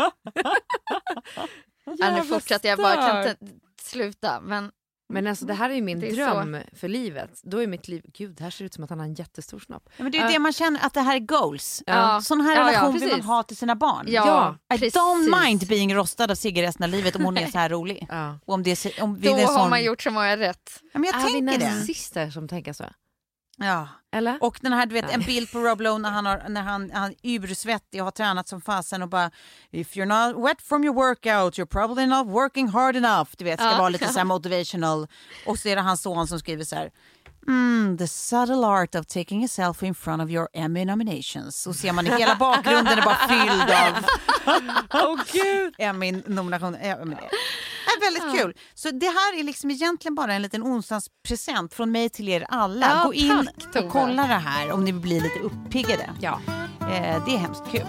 Ja, nu fortsätter jag bara, kan inte sluta, men Men alltså det här är ju min är dröm så. För livet. Då är mitt liv, gud, det här ser ut som att han har en jättestor snopp. Ja, men det är ju uh. det man känner, att det här är goals. Ja. Sån här ja, relation ja, vill man ha till sina barn. Ja, I don't mind being rostad av Sigge resten av livet om hon är så här rolig. Ja. Och om det är, om Då det är har sån... man gjort så många rätt. Ja, men jag är tänker vi det. nazister som tänker så? Ja. Eller? Och den här, du vet, en bild på Rob Lowe när han har, när han, han är ursvettig och har tränat som fasen och bara if you're not wet from your workout you're probably not working hard enough. Du vet, ska ja. vara lite så här motivational. Och så är det hans son som skriver så här mm, the subtle art of taking a selfie in front of your Emmy nominations. Så ser man i hela bakgrunden är bara fylld av oh, Gud. Emmy-nomination. Det är väldigt kul. Så det här är liksom egentligen bara en liten onsdagspresent från mig till er alla. Ja, gå in tack, och kolla det här om ni blir lite uppiggade. Ja. Eh, det är hemskt kul.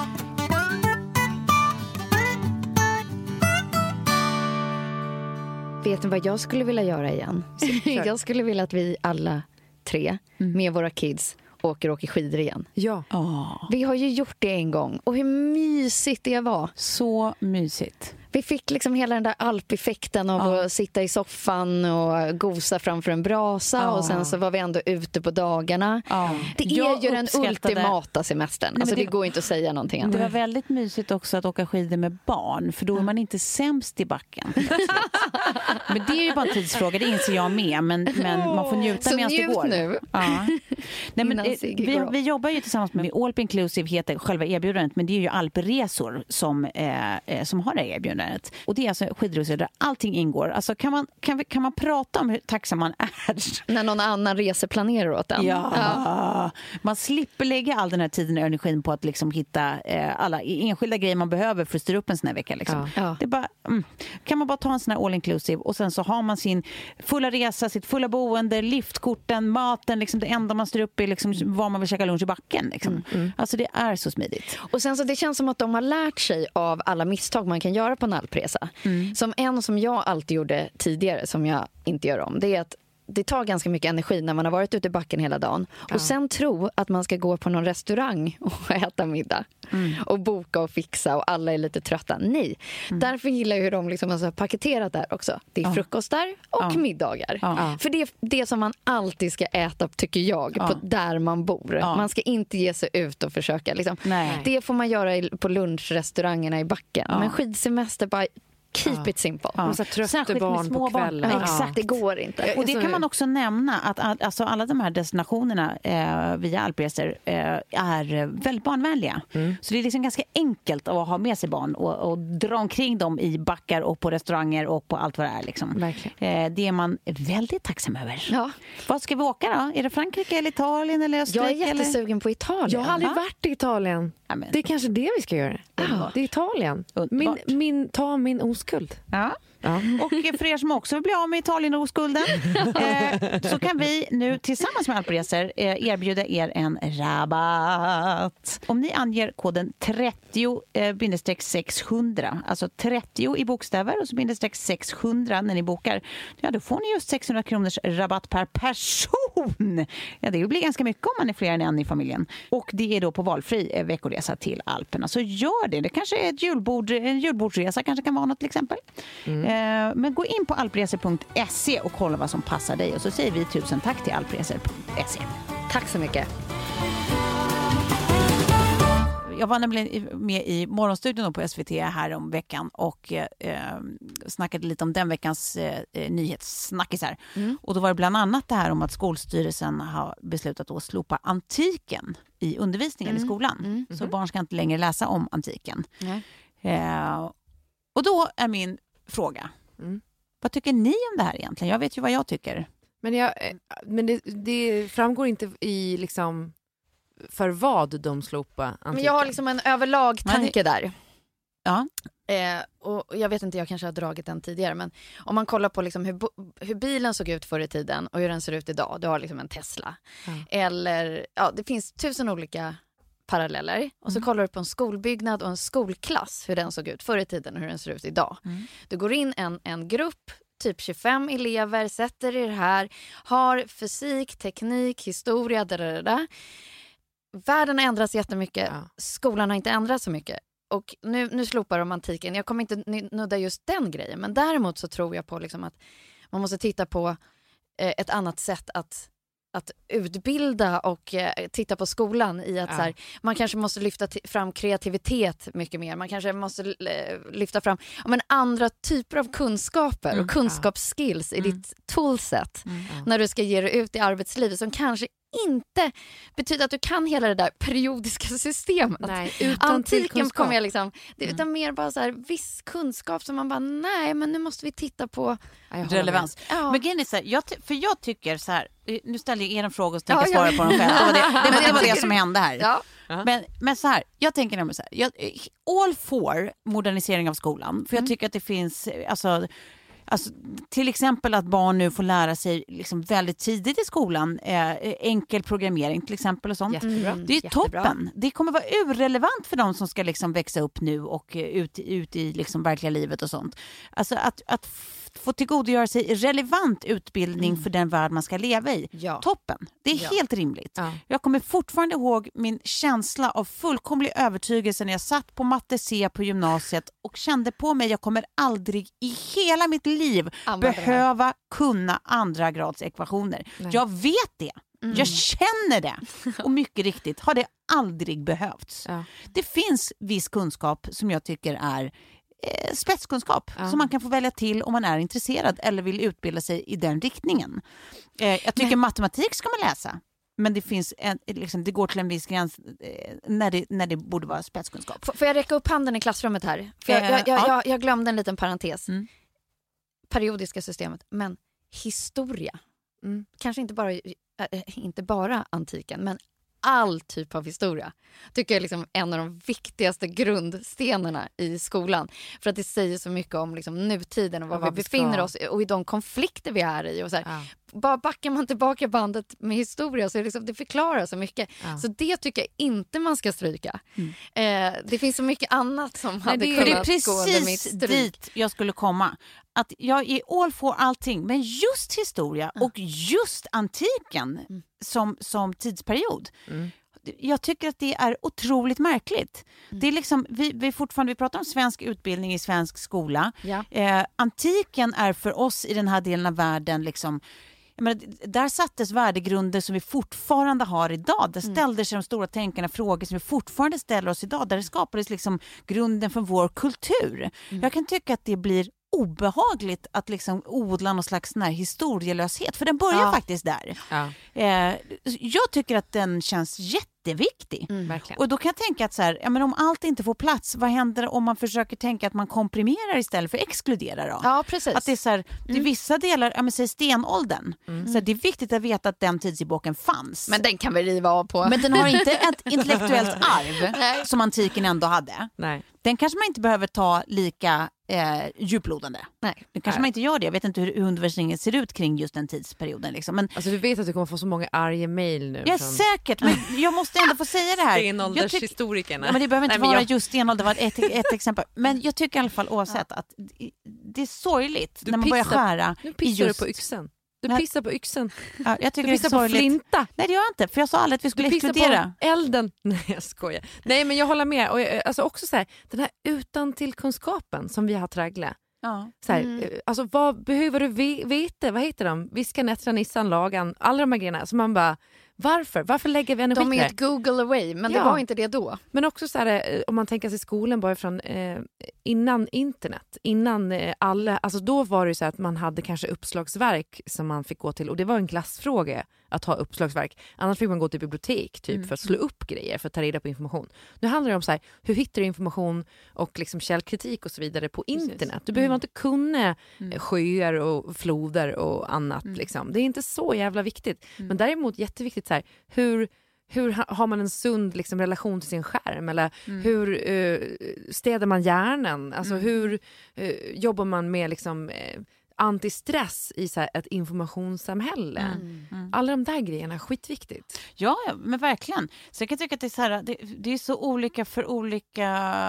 Vet ni vad jag skulle vilja göra igen? Jag skulle vilja att vi alla tre mm. med våra kids åker och åker skidor igen. Ja. Oh. Vi har ju gjort det en gång. Och hur mysigt det var. Så mysigt. Vi fick liksom hela den där alpeffekten av ja. att sitta i soffan och gosa framför en brasa. Ja. Och sen så var vi ändå ute på dagarna. Ja. Det är jag ju den ultimata semestern. Nej, alltså det, det går inte att säga någonting annat. Det var väldigt mysigt också att åka skidor med barn. För då är man inte sämst i backen. Men det är ju bara en tidsfråga, det inser jag med. Men, men man får njuta så medan det går. Nu. Ja. Nej, men, vi, vi jobbar ju tillsammans med Alp Inclusive, heter själva erbjudandet. Men det är ju Alpresor som, eh, som har det här erbjudandet. Och det är alltså skidresor där allting ingår. Alltså kan man, kan, vi, kan man prata om hur tacksam man är? När någon annan reseplanerar åt den. Ja. ja. Man slipper lägga all den här tiden och energin på att liksom hitta eh, alla enskilda grejer man behöver för att styra upp en sån här vecka. Liksom. Ja. Det är bara, mm, kan man bara ta en sån här all inclusive och sen så har man sin fulla resa, sitt fulla boende, liftkorten, maten, liksom det enda man styr upp är liksom var man vill käka lunch i backen. Liksom. Mm, mm. Alltså det är så smidigt. Och sen så det känns som att de har lärt sig av alla misstag man kan göra på en alpresa. Mm. Som en som jag alltid gjorde tidigare, som jag inte gör om, det är att det tar ganska mycket energi när man har varit ute i backen hela dagen. Ja. Och sen tro att man ska gå på någon restaurang och äta middag. Mm. Och boka och fixa och alla är lite trötta. Nej, mm. därför gillar jag hur de liksom har paketerat där också. Det är ja. frukostar och ja. middagar. Ja. För det är det som man alltid ska äta, tycker jag, ja. på där man bor. Ja. Man ska inte ge sig ut och försöka. Liksom. Det får man göra på lunchrestaurangerna i backen. Ja. Men skidsemester bara... Keep ja. it simple. Ja. Och så trötta barn på kvällen. Ja. Exakt, det går inte. Och det kan man också nämna att alltså alla de här destinationerna eh, via Alpresor eh, är väldigt barnvänliga. Mm. Så det är liksom ganska enkelt att ha med sig barn och, och dra omkring dem i backar och på restauranger och på allt vad det är. Liksom. Eh, det är man väldigt tacksam över. Ja. Vad ska vi åka då? Är det Frankrike eller Italien eller Österrike? Jag är jättesugen eller? på Italien. Jag har aldrig Va? varit i Italien. Amen. Det är kanske det vi ska göra. Ah. Det är Italien. Min, min, ta min oskuld. Ja. Ja. Och för er som också vill bli av med Italien och oskulden eh, så kan vi nu tillsammans med Alpresor eh, erbjuda er en rabatt. Om ni anger koden trettio sexhundra, alltså trettio i bokstäver och så bindestreck sexhundra när ni bokar, ja då får ni just sexhundra kronors rabatt per person. Ja, det blir ganska mycket om man är fler än en i familjen. Och det är då på valfri eh, veckoresa till Alperna. Så gör det. Det kanske är ett julbord, en julbordsresa kanske kan vara något till exempel. Mm. Men gå in på alpresor punkt se och kolla vad som passar dig. Och så säger vi tusen tack till alpresor punkt se. Tack så mycket. Jag var nämligen med i Morgonstudion på S V T här om veckan och eh, snackade lite om den veckans eh, nyhetssnackisar. Mm. Och då var det bland annat det här om att Skolstyrelsen har beslutat att slopa antiken i undervisningen mm. i skolan. Mm. Så barn ska inte längre läsa om antiken. Mm. Eh, och då är min fråga. Mm. Vad tycker ni om det här egentligen? Jag vet ju vad jag tycker. Men, jag, men det, det framgår inte i liksom för vad de slopar antiken. Men jag har liksom en överlag tanke det... där. Ja. Eh, och jag vet inte, jag kanske har dragit den tidigare, men om man kollar på liksom hur, hur bilen såg ut förr i tiden och hur den ser ut idag. Du har liksom en Tesla. Mm. Eller, ja, det finns tusen olika paralleller. Och så mm. kollar du på en skolbyggnad och en skolklass, hur den såg ut förr i tiden och hur den ser ut idag. Mm. Du går in en, en grupp, typ tjugofem elever, sätter er här, har fysik, teknik, historia, dadadada. Världen har ändrats jättemycket. Ja. Skolan har inte ändrats så mycket. Och nu, nu slopar de antiken. Jag kommer inte nudda just den grejen. Men däremot så tror jag på liksom att man måste titta på eh, ett annat sätt att att utbilda och eh, titta på skolan i att ja. så här, man kanske måste lyfta t- fram kreativitet mycket mer. Man kanske måste eh, lyfta fram ja, men andra typer av kunskaper mm. och kunskapsskills ja. i mm. ditt toolset mm. när du ska ge dig ut i arbetslivet som kanske inte betyda att du kan hela det där periodiska systemet. Nej, utan antiken kommer jag liksom, det, utan mer bara så här viss kunskap som man bara, nej men nu måste vi titta på relevans. Ja. Men grejen är så här, jag, för jag tycker så här, nu ställer jag er en fråga och så tänker jag svara på dem själv. Det var det, det, var, det, var det som hände här. Ja. Men, men så här, jag tänker nämligen så här, jag, all for modernisering av skolan. För jag tycker att det finns, alltså, alltså, till exempel att barn nu får lära sig liksom väldigt tidigt i skolan eh, enkel programmering till exempel och sånt. Jättebra. Det är Jättebra. toppen. Det kommer vara urrelevant för de som ska liksom växa upp nu och uh, ut, ut i liksom verkliga livet och sånt. Alltså att, att få tillgodogöra sig relevant utbildning mm. för den värld man ska leva i. Ja. Toppen. Det är Ja. helt rimligt. Ja. Jag kommer fortfarande ihåg min känsla av fullkomlig övertygelse när jag satt på matte C på gymnasiet och kände på mig, jag kommer aldrig i hela mitt liv Använda det här. behöva kunna andra grads ekvationer. Nej. Jag vet det. Mm. Jag känner det. Och mycket riktigt har det aldrig behövts. Ja. Det finns viss kunskap som jag tycker är eh, spetskunskap Ja. som man kan få välja till om man är intresserad eller vill utbilda sig i den riktningen. Eh, jag tycker Men- matematik ska man läsa. Men det finns en, liksom, det går till en viss gräns eh, när, det, när det borde vara spetskunskap. F- Får jag räcka upp handen i klassrummet här? För jag, Eh, jag, jag, ja. jag, jag glömde en liten parentes. Mm. Periodiska systemet, men historia. Mm. Kanske inte bara, äh, inte bara antiken, men all typ av historia tycker jag är liksom en av de viktigaste grundstenarna i skolan. För att det säger så mycket om liksom nutiden och var Och vad vi vi ska. befinner oss och i de konflikter vi är i. Och så här. Ja. Bara backar man tillbaka bandet med historia så är det, liksom, det förklarar så mycket. Ja. Så det tycker jag inte man ska stryka. Mm. Eh, det finns så mycket annat som hade det, för det är kunnat gå under mitt precis stryk. dit jag skulle komma. Att jag är all for allting, men just historia och just antiken Mm. som, som tidsperiod. Mm. Jag tycker att det är otroligt märkligt. Mm. Det är liksom, vi, vi, fortfarande, vi pratar om svensk utbildning i svensk skola. Ja. Eh, antiken är för oss i den här delen av världen liksom, jag menar, där sattes värdegrunder som vi fortfarande har idag. Där ställdes de stora tänkarna frågor som vi fortfarande ställer oss idag. Där det skapades liksom grunden för vår kultur. Jag kan tycka att det blir obehagligt att liksom odla någon slags sån här historielöshet. För den börjar Ja. faktiskt där. Ja. Eh, jag tycker att den känns jätteviktig. Verkligen. Och då kan jag tänka att så här, ja, men om allt inte får plats, vad händer om man försöker tänka att man komprimerar istället för exkluderar då? Ja, precis. Att det är så här, det är vissa delar, ja men säg stenåldern. Så här, det är viktigt att veta att den tidsepoken fanns. Men den kan vi riva av på. Men den har inte ett intellektuellt arv Nej. som antiken ändå hade. Nej. Den kanske man inte behöver ta lika eh, djuplodande. Nej. Det kanske Nej. man inte gör det. Jag vet inte hur, hur undervisningen ser ut kring just den tidsperioden. Liksom. Men, Alltså du vet att du kommer få så många arga mejl nu. ja, från säkert. Men jag måste ändå få säga det här. Jag tyck- stenåldershistorikerna. Ja, men det behöver inte Nej, men vara jag- just stenålder, det var ett, ett exempel. Men jag tycker i alla fall oavsett att det är sorgligt Du när man börjar pissar- skära Nu i pissar just... du på yxen. Du Nej. pissar på yxen. Ja, jag tycker Du det är pissar på sorgligt. flinta. Nej, det gör jag inte. För jag sa aldrig att vi skulle Du pissar exkludera. på elden. Nej, jag skojar. Nej, men jag håller med. Och jag, alltså också så här, den här utan till kunskapen som vi har tragglat. Ja. Så här, Mm. eh, alltså vad behöver du ve- veta? Vad heter de? Viskan, Nättra, Nissan, Lagan. Alla de här grejerna. Så man bara, varför? Varför lägger vi energi De på är det? ett Google away, men det Ja. var inte det då. Men också så här, eh, om man tänker sig skolan bara från eh, innan internet, innan eh, alla, alltså då var det så här att man hade kanske uppslagsverk som man fick gå till och det var en klassfråga att ha uppslagsverk. Annars fick man gå till bibliotek typ Mm. för att slå upp grejer, för att ta reda på information. Nu handlar det om så här, hur hittar du information och liksom källkritik och så vidare på Precis. internet. Du behöver Mm. inte kunna Mm. eh, sjöar och floder och annat. Mm. Liksom. Det är inte så jävla viktigt. Mm. Men däremot jätteviktigt så här, hur Hur ha- har man en sund liksom, relation till sin skärm? Eller Mm. hur eh, städar man hjärnan? Alltså, Mm. hur eh, jobbar man med liksom, eh, antistress i så här, ett informationssamhälle? Mm. Mm. Alla de där grejerna är skitviktigt. Ja, ja, men verkligen. Så jag kan tycka att det är, så här, det, det är så olika för olika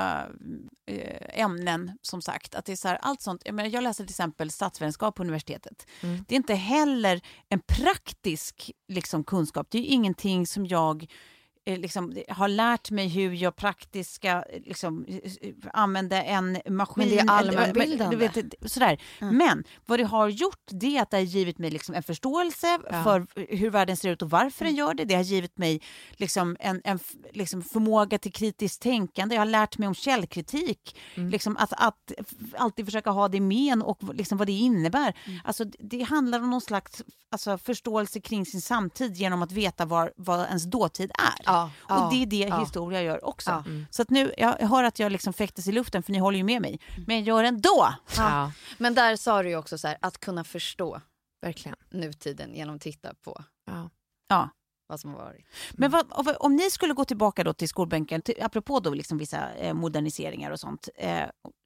eh, ämnen, som sagt. Att det är så här, allt sånt. Jag, menar, jag läser till exempel statsvetenskap på universitetet. Mm. Det är inte heller en praktisk liksom, kunskap. Det är ju ingenting som jag eh, liksom, har lärt mig hur jag praktiskt ska liksom, använda en maskin. Men det är allmänbildande. Eller, du vet, sådär. Mm. Men vad det har gjort, det är att det har givit mig liksom en förståelse ja. för hur världen ser ut och varför mm. den gör det. Det har givit mig liksom en, en liksom förmåga till kritiskt tänkande. Jag har lärt mig om källkritik. Mm. Liksom att, att alltid försöka ha det med och liksom vad det innebär. Mm. Alltså, det handlar om någon slags alltså, förståelse kring sin samtid genom att veta var, vad ens dåtid är. Ja, och ja, det är det ja. historia gör också. Ja. Mm. Så att nu, jag hör att jag liksom fäktas i luften för ni håller ju med mig. Men jag gör ändå. Ja. Ja. Men där sa du ju också så här, att kunna förstå verkligen nutiden genom att titta på ja. Ja. vad som har varit. Mm. Men vad, om ni skulle gå tillbaka då till skolbänken, till, apropå då liksom vissa eh, moderniseringar och sånt. Eh,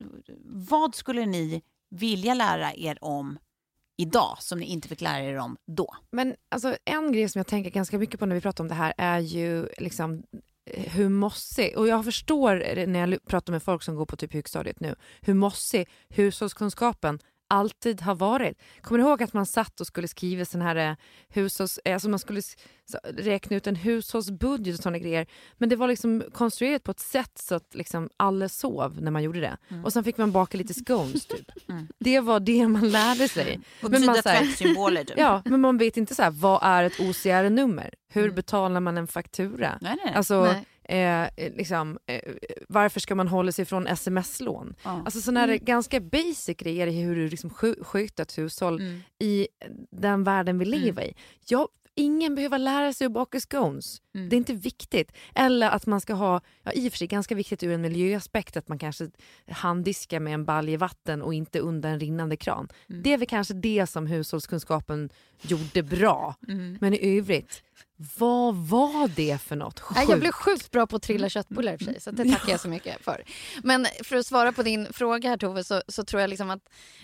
vad skulle ni vilja lära er om idag som ni inte fick lära er om då? Men alltså, en grej som jag tänker ganska mycket på när vi pratar om det här är ju liksom hur mossig, och jag förstår när jag pratar med folk som går på typ högstadiet nu, hur mossig hushållskunskapen alltid har varit. Kommer du ihåg att man satt och skulle skriva sån här hushålls... Alltså man skulle räkna ut en hushållsbudget och såna grejer. Men det var liksom konstruerat på ett sätt så att liksom alla sov när man gjorde det. Mm. Och sen fick man baka lite scones typ. Mm. Det var det man lärde sig. Och men man, så här, symboler, typ. Ja, men man vet inte så här, vad är ett O C R-nummer? Hur mm. betalar man en faktura? Nej, nej. Alltså... Nej. Eh, liksom, eh, varför ska man hålla sig från sms-lån? Ja. Alltså sådana här mm. ganska basic grejer i hur du liksom sköter ett hushåll mm. i den världen vi lever mm. i. Jag, ingen behöver lära sig att baka scones. Mm. Det är inte viktigt. Eller att man ska ha, ja, i och för sig ganska viktigt ur en miljöaspekt att man kanske handdiskar med en balj i vatten och inte under en rinnande kran. Mm. Det är väl kanske det som hushållskunskapen gjorde bra. Mm. Men i övrigt, vad var det för något? Sjukt. Jag blev sjukt bra på att trilla köttbullar för sig, så det tackar jag så mycket för. Men för att svara på din fråga här, Tove, så, så tror jag liksom att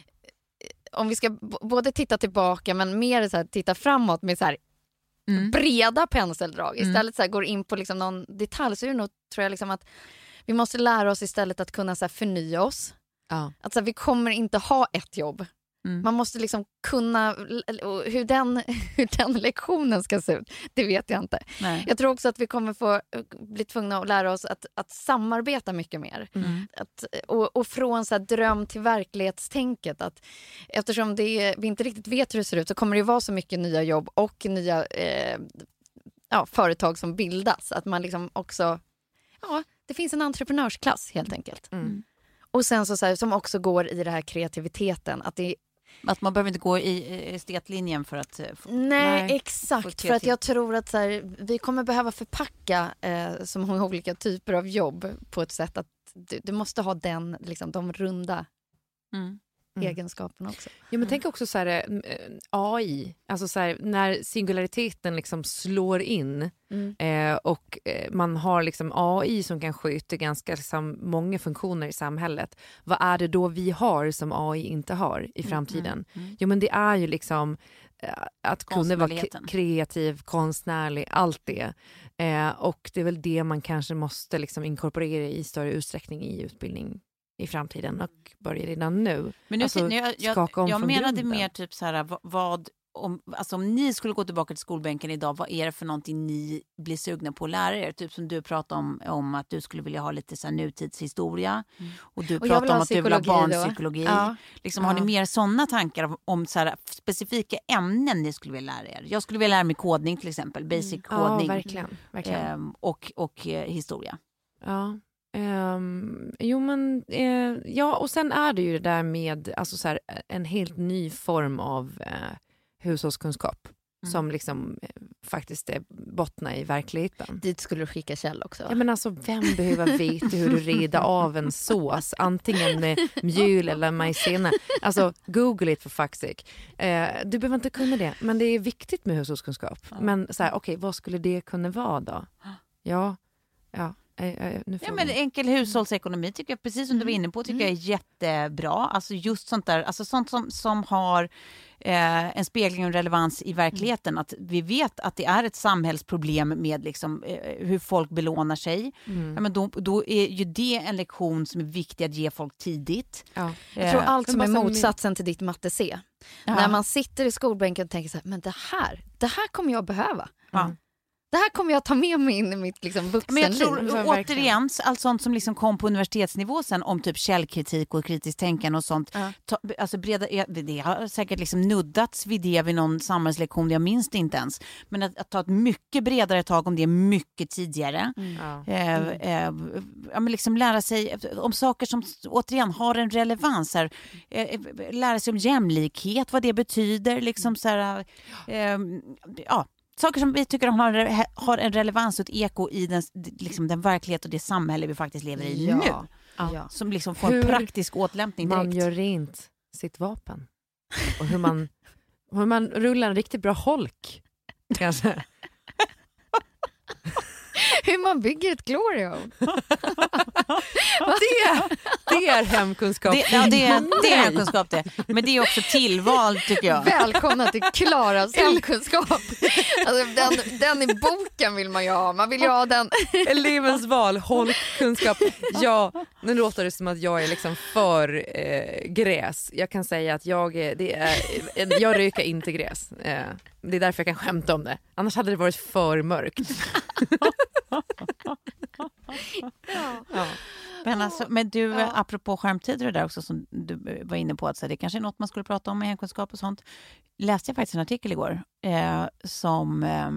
om vi ska b- både titta tillbaka men mer så här, titta framåt med så här mm. breda penseldrag istället mm. så här, går in på liksom någon detalj, så är det nog, tror jag liksom att vi måste lära oss istället att kunna så här, förnya oss. Ja. Att så här, vi kommer inte ha ett jobb. Mm. Man måste liksom kunna, hur den, hur den lektionen ska se ut, det vet jag inte. Nej. Jag tror också att vi kommer få bli tvungna att lära oss att, att samarbeta mycket mer. Mm. Att, och, och från så här dröm till verklighetstänket. Att, eftersom det, vi inte riktigt vet hur det ser ut, så kommer det vara så mycket nya jobb och nya eh, ja, företag som bildas. Att man liksom också, ja, det finns en entreprenörsklass helt enkelt. Mm. Och sen så, så här, som också går i det här kreativiteten, att det Att man behöver inte gå i estetlinjen för att... Få, nej, nej, exakt. För att jag tror att så här, vi kommer behöva förpacka eh, så många olika typer av jobb på ett sätt att du, du måste ha den, liksom, de runda mm. Mm. egenskaperna också. Ja, men tänk också så här, A I, alltså så här, när singulariteten liksom slår in mm. eh, och eh, man har liksom A I som kan sköta ganska liksom, många funktioner i samhället. Vad är det då vi har som A I inte har i framtiden? Mm. Mm. Jo, men det är ju liksom eh, att kunna vara k- kreativ, konstnärlig, allt det. Eh, och det är väl det man kanske måste liksom inkorporera i större utsträckning i utbildning i framtiden och börja redan nu. Men nu, alltså, jag, jag, jag menade mer typ så här, vad, vad om, alltså om ni skulle gå tillbaka till skolbänken idag, vad är det för någonting ni blir sugna på att lära er? Typ som du pratade om, om att du skulle vilja ha lite så här nutidshistoria mm. och du och pratade om att du vill ha barnpsykologi. Ja. Liksom, ja. Har ni mer sådana tankar om, om så här, specifika ämnen ni skulle vilja lära er? Jag skulle vilja lära mig kodning till exempel, basic mm. kodning. Ja, verkligen. verkligen. Ehm, och, och eh, historia. Ja. Um, jo men uh, ja, och sen är det ju det där med alltså så här, en helt ny form av uh, hushållskunskap mm. som liksom uh, faktiskt är bottnar i verkligheten. Dit skulle du skicka Kjell också. Ja, men alltså vem behöver veta hur du reder av en sås, antingen med mjöl eller majsena. Alltså google it for fuck's sake. Uh, du behöver inte kunna det, men det är viktigt med hushållskunskap. Ja. Men så här, okej, okay, vad skulle det kunna vara då? Ja, ja. Nu ja, men enkel hushållsekonomi tycker jag, precis som mm. du var inne på, tycker mm. jag är jättebra. Alltså just sånt där, alltså sånt som, som har eh, en spegling och relevans i verkligheten. Mm. Att vi vet att det är ett samhällsproblem med liksom, eh, hur folk belånar sig. Mm. Ja, men då, då är ju det en lektion som är viktig att ge folk tidigt. Ja. Jag tror allt som är motsatsen till ditt matte C. Ja. När man sitter i skolbänken och tänker så här, men det här, det här kommer jag behöva. Mm. Det här kommer jag ta med mig in i mitt liksom, vuxenliv. Men jag tror återigen, allt sånt som liksom kom på universitetsnivå sen om typ källkritik och kritiskt tänkande och sånt. Ja. Ta, alltså breda, det har säkert liksom nuddats vid det vid någon samhällslektion, jag minns det inte ens. Men att, att ta ett mycket bredare tag om det mycket tidigare. Mm. Eh, eh, ja, men liksom lära sig om saker som återigen har en relevans. Här, eh, lära sig om jämlikhet, vad det betyder. Liksom så här, eh, ja. Saker som vi tycker har, har en relevans och ett eko i den, liksom den verklighet och det samhälle vi faktiskt lever i ja. nu. Ja. Som liksom får hur en praktisk åtlämpning direkt. Man gör rent sitt vapen. Och hur man, hur man rullar en riktigt bra holk. Kanske. Hur man bygger ett Glorio. det, det är hemkunskap. Det, ja, det, är, det är hemkunskap det. Men det är också tillval tycker jag. Välkomna till Klaras hemkunskap. Alltså, den, den i boken vill man ju ha. Man vill ju ha den. Elevens val, holkkunskap. Ja, nu låter det som att jag är liksom för eh, gräs. Jag kan säga att jag, det är, jag rökar inte gräs. Eh, det är därför jag kan skämta om det. Annars hade det varit för mörkt. ja. Ja. Men, alltså, men du, ja. apropå skärmtider där också som du var inne på, att så det kanske är något man skulle prata om med hemkunskap och sånt. Läste jag faktiskt en artikel igår eh, som eh,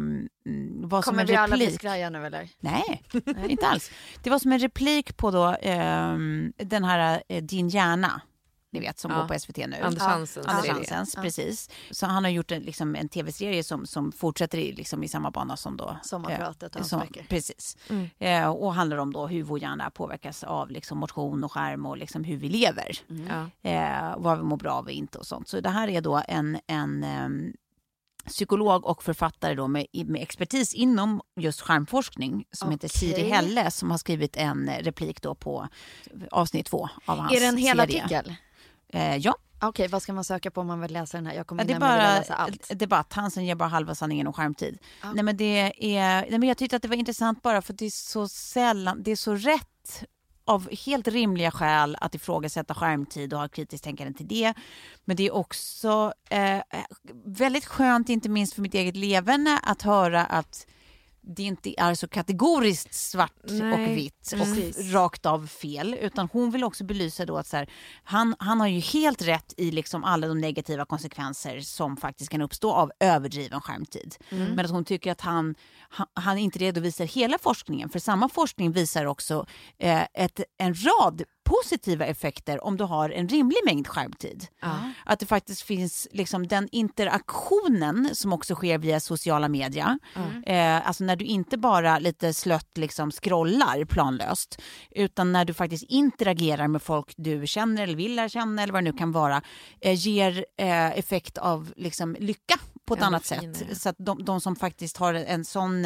var Kommer som en vi replik. alla bli skraja nu eller? Nej, inte alls. Det var som en replik på då eh, den här eh, Din hjärna. Ni vet, som ja. går på S V T nu. Anders Hansens. Ja. Anders Hansens, ja. precis. Så han har gjort en, liksom, en tv-serie som, som fortsätter i, liksom, i samma bana som då... Sommarpratet och eh, som, Precis. Mm. Eh, och handlar om då hur vår hjärna påverkas av liksom, motion och skärm och liksom, hur vi lever. Mm. Eh, vad vi mår bra av och inte och sånt. Så det här är då en... en um, psykolog och författare då med, med expertis inom just skärmforskning som okay. heter Siri Helle som har skrivit en replik då på avsnitt två av hans serie. Är det en hel serie. artikel? Eh, ja. Okej, okay, vad ska man söka på om man vill läsa den här? Jag kommer ja, det är bara läsa allt. Debatt, Hansen ger bara halva sanningen och skärmtid. Ah. Nej, men det är, nej, men jag tyckte att det var intressant bara för att det är så sällan, det är så rätt av helt rimliga skäl att ifrågasätta skärmtid och ha kritiskt tänkande till det. Men det är också eh, väldigt skönt, inte minst för mitt eget levande, att höra att det inte är så kategoriskt svart Nej, och vitt precis. och rakt av fel, utan hon vill också belysa då att så här, han, han har ju helt rätt i liksom alla de negativa konsekvenser som faktiskt kan uppstå av överdriven skärmtid. Mm. Men att hon tycker att han, han, han inte redovisar hela forskningen, för samma forskning visar också eh, ett, en rad positiva effekter om du har en rimlig mängd skärmtid. Mm. Att det faktiskt finns liksom den interaktionen som också sker via sociala medier. Mm. Eh, alltså när du inte bara lite slött liksom scrollar planlöst, utan när du faktiskt interagerar med folk du känner eller vill lära känna eller vad det nu kan vara, eh, ger eh, effekt av liksom lycka på ett ja, annat sätt. Fina. Så att de, de som faktiskt har en sån,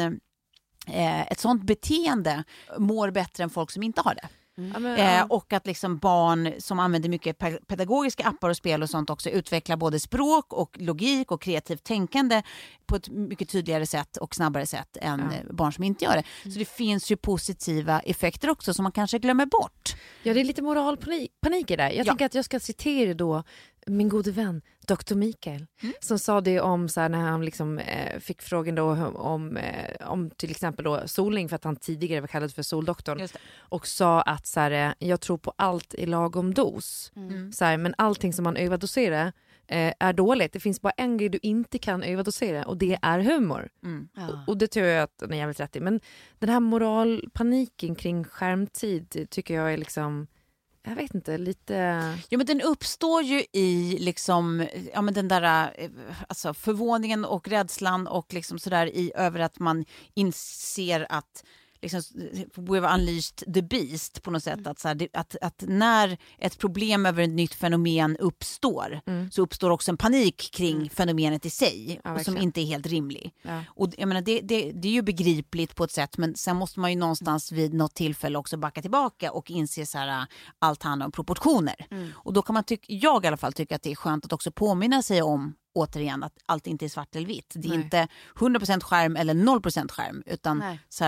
eh, ett sånt beteende mår bättre än folk som inte har det. Mm. Eh, och att liksom barn som använder mycket pedagogiska appar och spel och sånt också utvecklar både språk och logik och kreativt tänkande på ett mycket tydligare sätt och snabbare sätt än ja. barn som inte gör det. Mm. Så det finns ju positiva effekter också som man kanske glömmer bort. Ja, det är lite moralpanik i det. Jag ja. tänker att jag ska citera då min gode vän doktor Mikael mm. som sa det om så här, när han liksom, eh, fick frågan då om, eh, om till exempel då solning, för att han tidigare var kallad för soldoktorn, och sa att så här, jag tror på allt i lagom dos. Mm. Så här, men allting som man överdoserar eh, är dåligt. Det finns bara en grej du inte kan överdosera och det är humor. Mm. Ja. Och, och det tror jag att den är jävligt rätt i. Men den här moralpaniken kring skärmtid tycker jag är liksom, jag vet inte, lite... Ja, men den uppstår ju i liksom, ja, men den där alltså förvåningen och rädslan och liksom sådär i över att man inser att liksom, we've unleashed the beast på något sätt. Att, så här, att, att när ett problem över ett nytt fenomen uppstår mm. så uppstår också en panik kring mm. fenomenet i sig ja, som inte är helt rimlig. Ja. Och jag menar, det, det, det är ju begripligt på ett sätt, men sen måste man ju någonstans vid något tillfälle också backa tillbaka och inse så här, allt handlar om proportioner. Mm. Och då kan man tycka, jag i alla fall tycker att det är skönt att också påminna sig om återigen att allt inte är svart eller vitt. Det är Nej. inte hundra procent skärm eller noll procent skärm, utan Nej. så här,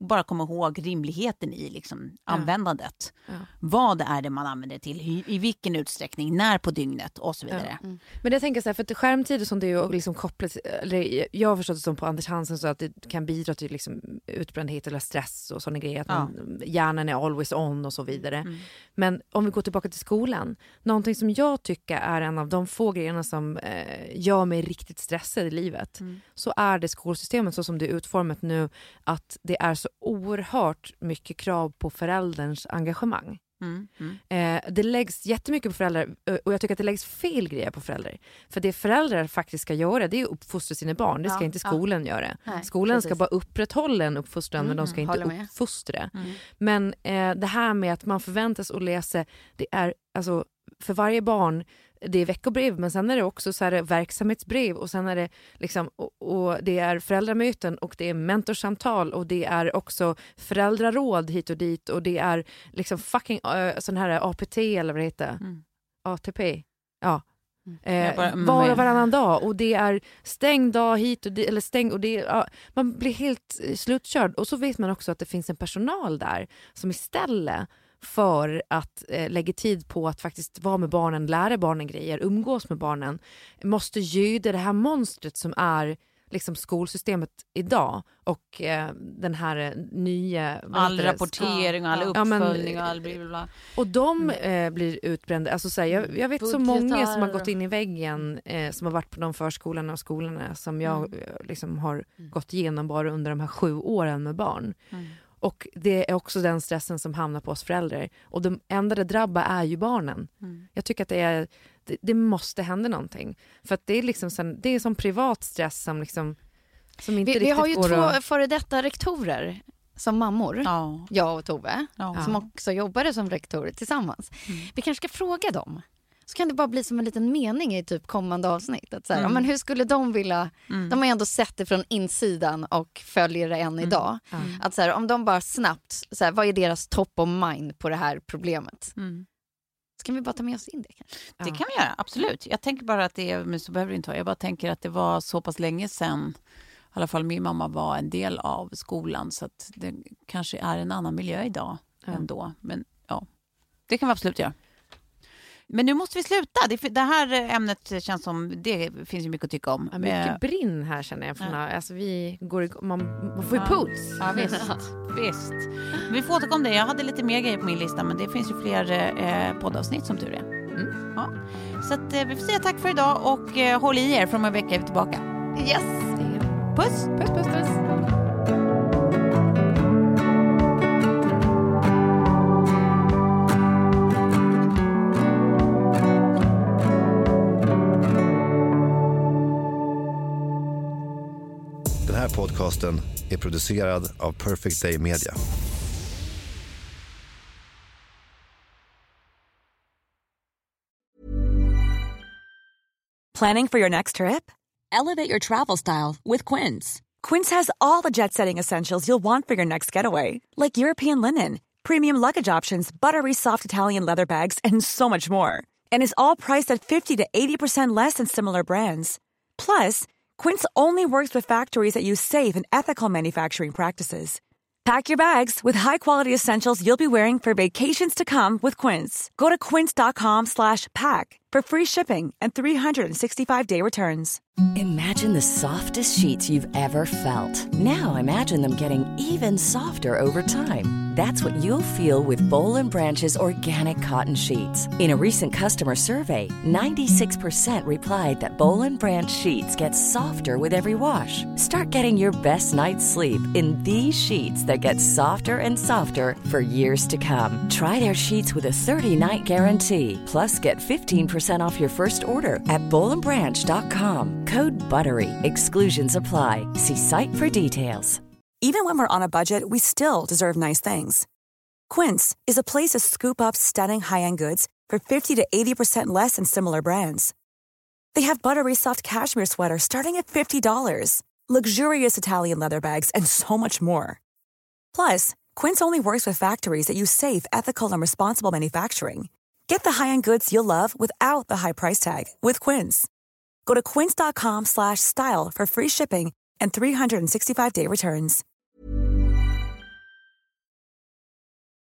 bara komma ihåg rimligheten i liksom ja. användandet. Ja. Vad är det man använder till, i, i vilken utsträckning, när på dygnet och så vidare. Ja. Mm. Men jag tänker så här, för att skärmtider som det är liksom kopplat, eller jag har förstått det som på Anders Hansen så att det kan bidra till liksom utbrändhet eller stress och sådana grejer, att ja. man, hjärnan är always on och så vidare. Mm. Men om vi går tillbaka till skolan, någonting som jag tycker är en av de få grejerna som eh, gör mig riktigt stressad i livet, mm. så är det skolsystemet så som det är utformat nu, att det är så oerhört mycket krav på förälderns engagemang. Mm, mm. Eh, det läggs jättemycket på föräldrar, och jag tycker att det läggs fel grejer på föräldrar. För det föräldrar faktiskt ska göra, det är att uppfostra sina barn. Det ska ja, inte skolan ja. göra. Nej, skolan precis. ska bara upprätthålla en uppfostran, mm, men de ska inte uppfostra. Mm. Men eh, det här med att man förväntas att läsa, det är alltså för varje barn, det är veckobrev, men sen är det också så här verksamhetsbrev, och sen är det liksom, och, och det är föräldramöten, och det är mentorsamtal, och det är också föräldraråd hit och dit, och det är liksom fucking uh, sån här A P T eller vad det heter. Mm. A T P. Ja. Mm. Eh, bara, mm, var och varannan dag, och det är stängd dag hit och det, eller stängd, och det, ja, man blir helt slutkörd. Och så vet man också att det finns en personal där som istället för att eh, lägga tid på att faktiskt vara med barnen, lära barnen grejer, umgås med barnen, måste ljuda det här monstret som är liksom skolsystemet idag, och eh, den här nya all rapportering och all uppföljning, ja, men, och all blablabla. Och de eh, blir utbrända. Alltså, så här, jag, jag vet Budgetar. så många som har gått in i väggen, eh, som har varit på de förskolorna och skolorna som jag mm. liksom har mm. gått igenom bara under de här sju åren med barn. Mm. Och det är också den stressen som hamnar på oss föräldrar. Och de enda det drabbar är ju barnen. Mm. Jag tycker att det, är, det, det måste hända någonting. För att det är liksom sen, det är som privat stress som liksom som inte vi, riktigt vi har ju går två att... före detta rektorer som mammor. Ja. Jag och Tove. Ja. Som också jobbade som rektorer tillsammans. Mm. Vi kanske ska fråga dem. Så kan det bara bli som en liten mening i typ kommande avsnitt. Att så här, mm. men hur skulle de vilja... Mm. De har ändå sett det från insidan och följer det än mm. idag. Mm. Att så här, om de bara snabbt... Så här, vad är deras top of mind på det här problemet? Mm. Så kan vi bara ta med oss in det kanske. Det kan vi göra, absolut. Jag tänker bara att det... Men så behöver det inte vara. Jag bara tänker att det var så pass länge sedan... I alla fall min mamma var en del av skolan. Så att det kanske är en annan miljö idag ja. ändå. Men ja, det kan vi absolut göra. Men nu måste vi sluta. Det, det här ämnet känns som, det finns ju mycket att tycka om. Ja, mycket brinn här känner jag. Från, ja. Alltså vi går igång, man, man får ju ja. puls. Ja, visst. visst. Men vi får återkomma det. Jag hade lite mer grejer på min lista, men det finns ju fler eh, poddavsnitt som tur är. Mm. Ja. Så att, eh, vi får säga tack för idag och eh, håll i er, från en vecka är vi tillbaka. Yes. Puss. Puss, puss, puss. Den här podcasten är producerad av Perfect Day Media. Planning for your next trip? Elevate your travel style with Quince. Quince has all the jet-setting essentials you'll want for your next getaway, like European linen, premium luggage options, buttery soft Italian leather bags, and so much more. And is all priced at fifty to eighty percent less than similar brands. Plus, Quince only works with factories that use safe and ethical manufacturing practices. Pack your bags with high-quality essentials you'll be wearing for vacations to come with Quince. Go to quince.com slash pack for free shipping and three sixty-five day returns. Imagine the softest sheets you've ever felt. Now imagine them getting even softer over time. That's what you'll feel with Boll and Branch's organic cotton sheets. In a recent customer survey, ninety-six percent replied that Boll and Branch sheets get softer with every wash. Start getting your best night's sleep in these sheets that get softer and softer for years to come. Try their sheets with a thirty-night guarantee. Plus, get fifteen percent off your first order at boll and branch dot com. Code BUTTERY. Exclusions apply. See site for details. Even when we're on a budget, we still deserve nice things. Quince is a place to scoop up stunning high-end goods for fifty to eighty percent less than similar brands. They have buttery soft cashmere sweaters starting at fifty dollars, luxurious Italian leather bags, and so much more. Plus, Quince only works with factories that use safe, ethical, and responsible manufacturing. Get the high-end goods you'll love without the high price tag with Quince. Go to quince.com slash style for free shipping and three sixty-five day returns.